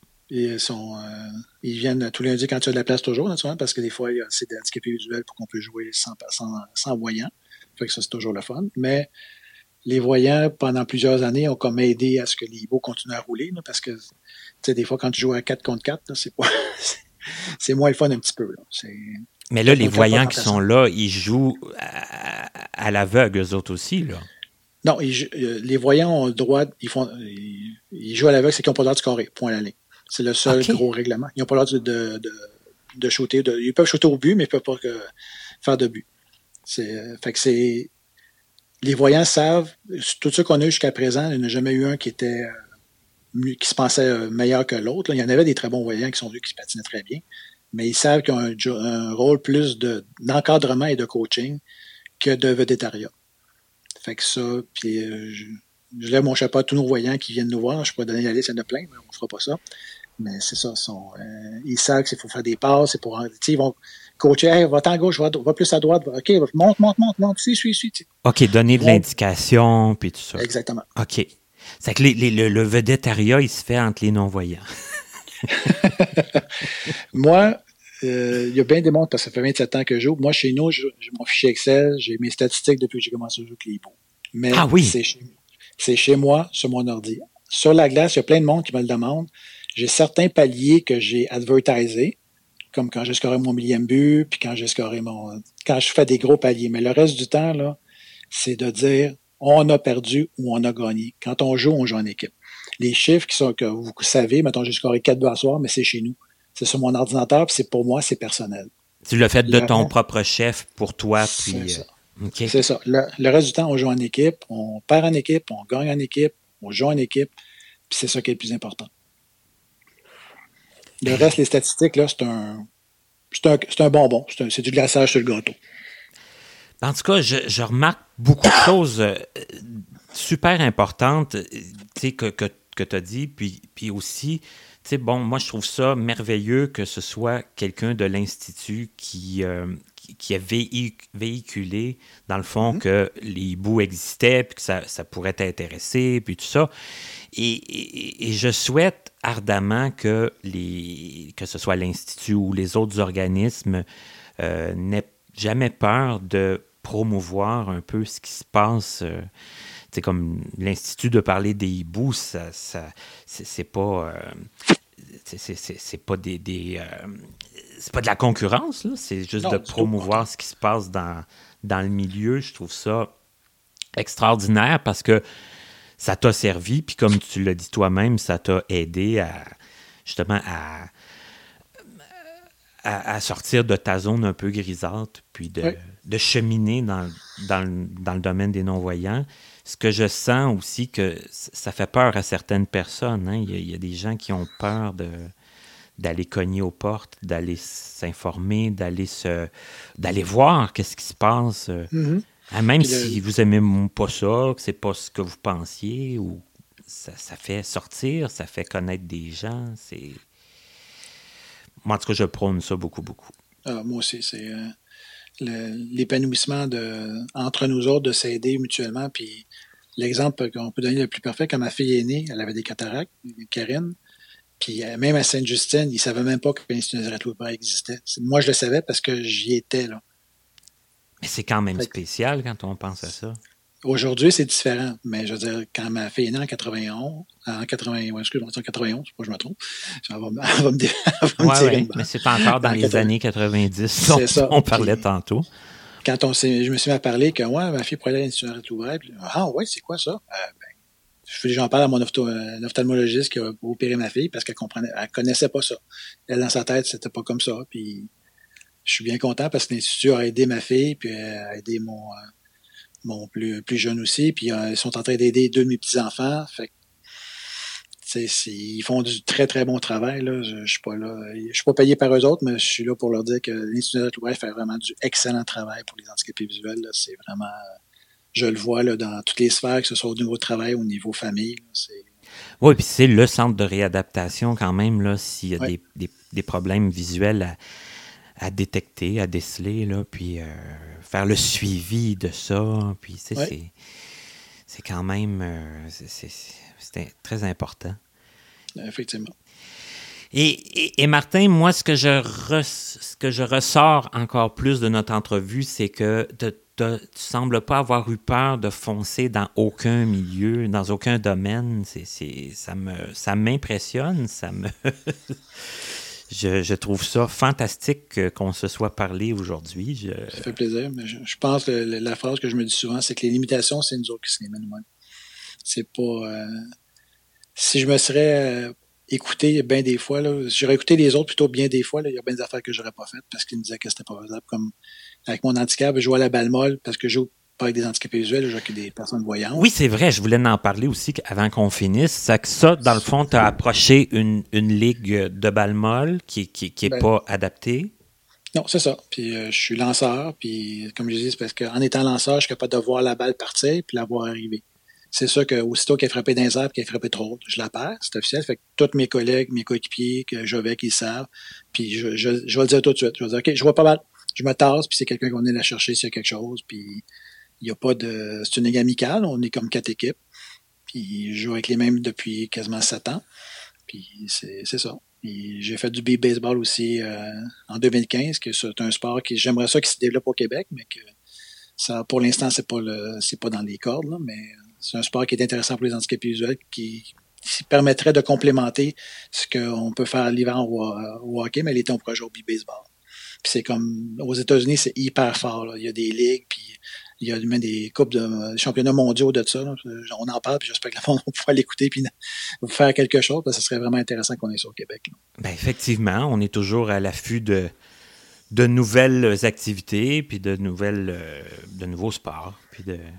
ils viennent tous les lundis quand tu as de la place toujours, naturellement, parce que des fois, il y a assez d'handicapés visuels pour qu'on peut jouer sans voyants. Fait que ça, c'est toujours le fun. Mais les voyants, pendant plusieurs années, ont comme aidé à ce que les hiboux continuent à rouler, là, parce que, tu sais, des fois, quand tu joues à 4 contre 4, là, c'est moins le fun un petit peu. Là. Mais là, les voyants qui sont là, ils jouent à l'aveugle, eux autres aussi, là. Non, les voyants ont le droit, ils jouent à l'aveugle, c'est qu'ils n'ont pas le droit de scorer, point à la ligne. C'est le seul gros règlement. Ils n'ont pas le droit de shooter. Ils peuvent shooter au but, mais ils ne peuvent pas faire de but. Fait que c'est... Les voyants savent, tout ce qu'on a eu jusqu'à présent, il n'y en a jamais eu un qui se pensait meilleur que l'autre. Là, il y en avait des très bons voyants qui sont vus qui se patinaient très bien, mais ils savent qu'ils ont un rôle plus d'encadrement et de coaching que de vedettariat. Fait que ça, puis je lève mon chapeau à tous nos voyants qui viennent nous voir. Je pourrais donner la liste, il y en a plein, mais on ne fera pas ça. Mais c'est ça, ils savent qu'il faut faire des passes, ils vont coacher, hey, va à gauche, va plus à droite, OK, monte, suis. OK, donner de l'indication, puis tout ça. Exactement. OK. C'est que le vedettariat, il se fait entre les non-voyants. Moi, il y a bien des mondes, parce que ça fait 27 ans que je joue. Moi, chez nous, j'ai mon fichier Excel, j'ai mes statistiques depuis que j'ai commencé à jouer avec les hiboux. Mais c'est chez moi, sur mon ordi. Sur la glace, il y a plein de monde qui me le demande. J'ai certains paliers que j'ai advertisés, comme quand j'ai scoré mon millième but, puis quand j'ai scoré quand je fais des gros paliers. Mais le reste du temps, là, c'est de dire on a perdu ou on a gagné. Quand on joue en équipe. Les chiffres que vous savez, mettons, j'ai scoré 4 buts à soir, mais c'est chez nous. C'est sur mon ordinateur, puis c'est pour moi, c'est personnel. Tu l'as fait de ton propre chef pour toi, puis... C'est ça. Okay. C'est ça. Le reste du temps, on joue en équipe, on perd en équipe, on gagne en équipe, on joue en équipe, puis c'est ça qui est le plus important. Le reste, les statistiques, là, c'est un bonbon. C'est du glaçage sur le gâteau. En tout cas, je remarque beaucoup de choses super importantes que tu as dit, puis aussi, moi, je trouve ça merveilleux que ce soit quelqu'un de l'Institut qui a véhiculé, dans le fond, que les hiboux existaient, puis que ça pourrait t'intéresser, puis tout ça. Et je souhaite ardemment que ce soit l'Institut ou les autres organismes n'aient jamais peur de promouvoir un peu ce qui se passe. C'est comme l'Institut de parler des hiboux, c'est pas... c'est pas c'est pas de la concurrence, là. C'est juste de promouvoir ce qui se passe dans le milieu. Je trouve ça extraordinaire parce que ça t'a servi, puis comme tu l'as dit toi-même, ça t'a aidé justement à sortir de ta zone un peu grisâtre, puis de cheminer dans le domaine des non-voyants. Ce que je sens aussi, que ça fait peur à certaines personnes. Hein. Il y a des gens qui ont peur d'aller cogner aux portes, d'aller s'informer, d'aller voir qu'est-ce qui se passe. Même si vous n'aimez pas ça, que c'est pas ce que vous pensiez, ou ça fait sortir, ça fait connaître des gens. Moi, en tout cas, je prône ça beaucoup, beaucoup. Moi aussi, c'est l'épanouissement entre nous autres, de s'aider mutuellement. Puis l'exemple qu'on peut donner le plus parfait, quand ma fille est née, elle avait des cataractes, Karine. Puis même à Sainte-Justine, ils ne savaient même pas que l'Institut Nazareth-Weber existait. Moi, je le savais parce que j'y étais, là. Mais c'est quand même spécial quand on pense à ça. Aujourd'hui, c'est différent. Mais je veux dire, quand ma fille est née en 91, excuse-moi, en 91, je sais pas, je me trompe. Elle va me dire. Mais c'est pas encore dans les années 90 on parlait tantôt. quand je me suis mis à parler que ouais, ma fille pourrait aller à l'Institut d'arrêt ouvert, puis, ah ouais, c'est quoi ça? J'en parle à mon ophtalmologiste qui a opéré ma fille parce qu'elle connaissait pas ça. Elle, dans sa tête, c'était pas comme ça. Puis je suis bien content parce que l'Institut a aidé ma fille, puis a aidé mon plus jeune aussi, puis ils sont en train d'aider 2 de mes petits-enfants. Fait que, ils font du très, très bon travail. Là. Je suis pas là. Je suis pas payé par eux autres, mais je suis là pour leur dire que l'Institut d'arrêt ouvert fait vraiment du excellent travail pour les handicapés visuels. Là. C'est vraiment... Je le vois là, dans toutes les sphères, que ce soit au niveau travail, au niveau famille. Oui, puis c'est le centre de réadaptation quand même, là, s'il y a des problèmes visuels à détecter, à déceler, là, puis faire le suivi de ça. Puis c'est quand même c'est très important. Effectivement. Et Martin, moi, ce que je ressors encore plus de notre entrevue, c'est que tu sembles pas avoir eu peur de foncer dans aucun milieu, dans aucun domaine. Ça m'impressionne, je trouve ça fantastique qu'on se soit parlé aujourd'hui. Ça fait plaisir, mais je pense que la phrase que je me dis souvent, c'est que les limitations, c'est nous autres qui se les mènent nous-mêmes. C'est pas... si je me serais écouté bien des fois, là, j'aurais écouté les autres plutôt bien des fois, là, il y a bien des affaires que j'aurais pas faites parce qu'ils me disaient que c'était pas faisable, comme avec mon handicap, je joue à la balle molle parce que je joue pas avec des handicapés visuels, je joue avec des personnes voyantes. Oui, c'est vrai, je voulais en parler aussi avant qu'on finisse. C'est que ça, dans le fond, tu as approché une ligue de balle molle qui est pas adaptée. Non, c'est ça. Puis je suis lanceur, puis comme je dis, c'est parce qu'en étant lanceur, je suis capable de voir la balle partir puis la voir arriver. C'est sûr qu'aussitôt qu'elle est frappée dans les airs, qu'elle est frappée trop haute, je la perds, c'est officiel. Fait que tous mes collègues, mes coéquipiers que je vais avec, ils savent. Puis je vais le dire tout de suite. Je vais dire, OK, je vois pas mal. Je me tasse, puis c'est quelqu'un qu'on est la chercher s'il y a quelque chose. Puis il y a pas de... C'est une ligue amicale, on est comme 4 équipes. Puis je joue avec les mêmes depuis quasiment 7 ans. Puis c'est ça. Puis j'ai fait du baseball aussi en 2015, que c'est un sport qui j'aimerais ça qui se développe au Québec, mais que ça, pour l'instant, c'est pas dans les cordes, là, mais c'est un sport qui est intéressant pour les handicapés visuels qui permettrait de complémenter ce qu'on peut faire l'hiver au hockey, mais l'été, on pourrait jouer au baseball. Puis c'est comme, aux États-Unis, c'est hyper fort, là. Il y a des ligues, puis il y a même des coupes de championnats mondiaux de ça, là. On en parle, puis j'espère que la monde va pouvoir l'écouter, puis faire quelque chose, parce que ce serait vraiment intéressant qu'on ait ça au Québec, là. Ben effectivement, on est toujours à l'affût de nouvelles activités, puis de nouveaux sports, puis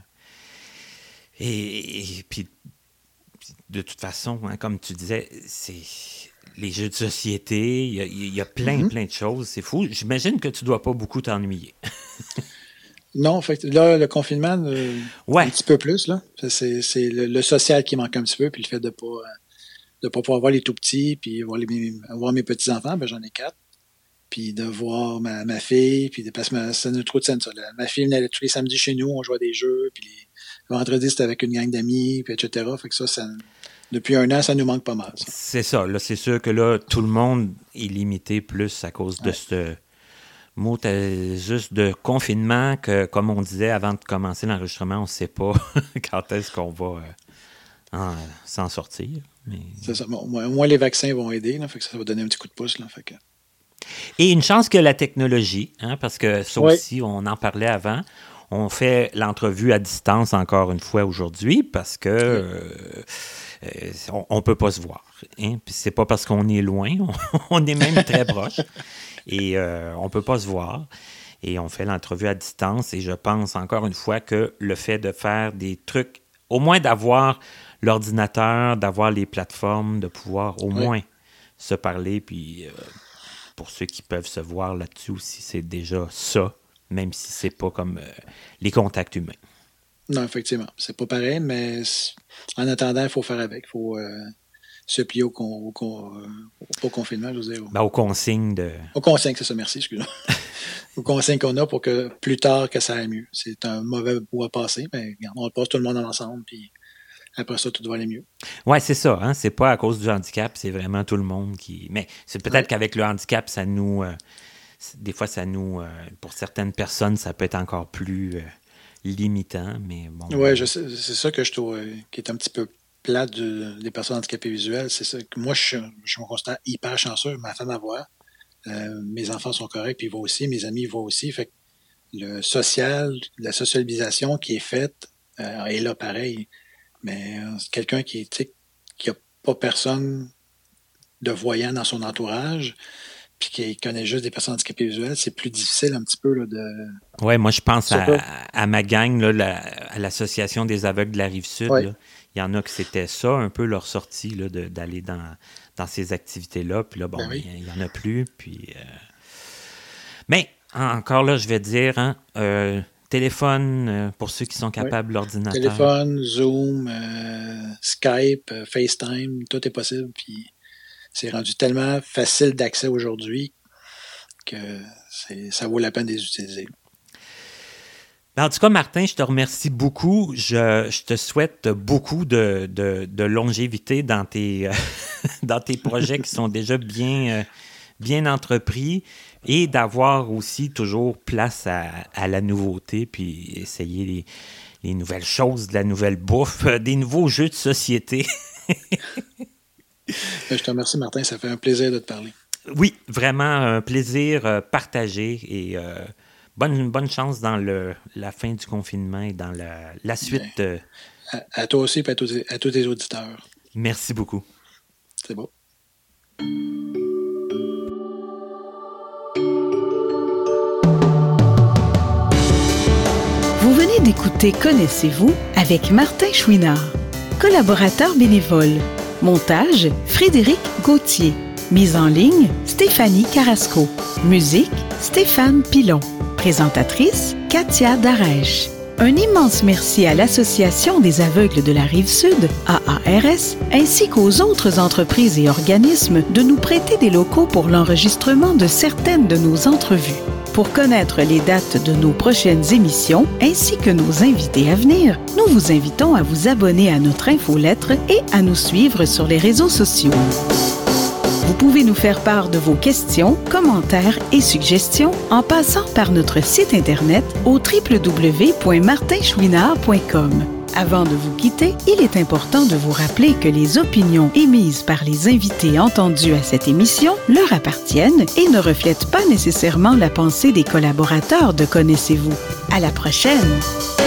puis de toute façon, hein, comme tu disais, c'est les jeux de société, il y a plein de choses, c'est fou. J'imagine que tu dois pas beaucoup t'ennuyer. Non, en fait, là, le confinement, un petit peu plus, là. C'est le social qui manque un petit peu, puis le fait de pas pouvoir voir les tout petits, puis voir mes petits-enfants, ben j'en ai 4. Puis de voir ma fille, puis parce que c'est notre routine, ça. Ma fille venait tous les samedis chez nous, on jouait à des jeux, puis le vendredi, c'était avec une gang d'amis, puis etc. Fait que ça, depuis 1 an, ça nous manque pas mal, ça. C'est ça, là, c'est sûr que là, tout le monde est limité plus à cause de ce mot juste de confinement que, comme on disait avant de commencer l'enregistrement, on ne sait pas quand est-ce qu'on va s'en sortir. Mais... C'est ça. Bon, au moins, les vaccins vont aider, là, fait que ça va donner un petit coup de pouce, là, fait que... Et une chance que la technologie, hein, parce que ça aussi, on en parlait avant. On fait l'entrevue à distance encore une fois aujourd'hui parce que on peut pas se voir. Hein? Puis c'est pas parce qu'on est loin, on est même très proche et on peut pas se voir. Et on fait l'entrevue à distance et je pense encore une fois que le fait de faire des trucs, au moins d'avoir l'ordinateur, d'avoir les plateformes, de pouvoir au moins se parler, puis pour ceux qui peuvent se voir là-dessus aussi, c'est déjà ça, même si c'est pas comme les contacts humains. Non, effectivement. C'est pas pareil, mais en attendant, il faut faire avec. Il faut se plier au confinement, je veux dire. Ben, aux consignes Aux consignes, c'est ça, merci, excuse-moi. Aux consignes qu'on a pour que plus tard, que ça aille mieux. C'est un mauvais bout à passer, mais regarde, on le passe tout le monde ensemble, puis après ça, tout va aller mieux. Oui, c'est ça. Hein? C'est pas à cause du handicap, c'est vraiment tout le monde qui... Mais c'est peut-être qu'avec le handicap, ça nous... des fois, ça nous... pour certaines personnes, ça peut être encore plus limitant, mais bon... Oui, c'est ça que je trouve qui est un petit peu plate des personnes handicapées visuelles. C'est ça que moi, je me considère hyper chanceux. Ma femme à voir. Mes enfants sont corrects, puis ils voient aussi. Mes amis ils voient aussi. Fait que le social, la socialisation qui est faite est là pareil. Mais quelqu'un qui a pas personne de voyant dans son entourage, puis qui connaît juste des personnes handicapées visuelles, c'est plus difficile un petit peu là, de... Oui, moi je pense à ma gang, là, à l'Association des aveugles de la Rive-Sud. Ouais. Là. Il y en a que c'était ça, un peu leur sortie, là, d'aller dans ces activités-là. Puis là, bon, Ben oui. il n'y en a plus. Puis, mais encore là, je vais dire, hein, téléphone pour ceux qui sont capables, l'ordinateur. Téléphone, Zoom, Skype, FaceTime, tout est possible. Puis c'est rendu tellement facile d'accès aujourd'hui que ça vaut la peine de les utiliser. En tout cas, Martin, je te remercie beaucoup. Je te souhaite beaucoup de longévité dans tes, dans tes projets qui sont déjà bien entrepris et d'avoir aussi toujours place à la nouveauté puis essayer les nouvelles choses, de la nouvelle bouffe, des nouveaux jeux de société. Je te remercie, Martin. Ça fait un plaisir de te parler. Oui, vraiment un plaisir partagé et bonne chance dans la fin du confinement et dans la suite. À toi aussi et à tous tes auditeurs. Merci beaucoup. C'est beau. Vous venez d'écouter Connaissez-vous avec Martin Chouinard, collaborateur bénévole. Montage, Frédéric Gauthier. Mise en ligne, Stéphanie Carrasco. Musique, Stéphane Pilon. Présentatrice, Katia Darèche. Un immense merci à l'Association des aveugles de la Rive-Sud, AARS, ainsi qu'aux autres entreprises et organismes de nous prêter des locaux pour l'enregistrement de certaines de nos entrevues. Pour connaître les dates de nos prochaines émissions ainsi que nos invités à venir, nous vous invitons à vous abonner à notre infolettre et à nous suivre sur les réseaux sociaux. Vous pouvez nous faire part de vos questions, commentaires et suggestions en passant par notre site Internet au www.martinchouinard.com. Avant de vous quitter, il est important de vous rappeler que les opinions émises par les invités entendus à cette émission leur appartiennent et ne reflètent pas nécessairement la pensée des collaborateurs de Connaissez-vous. À la prochaine!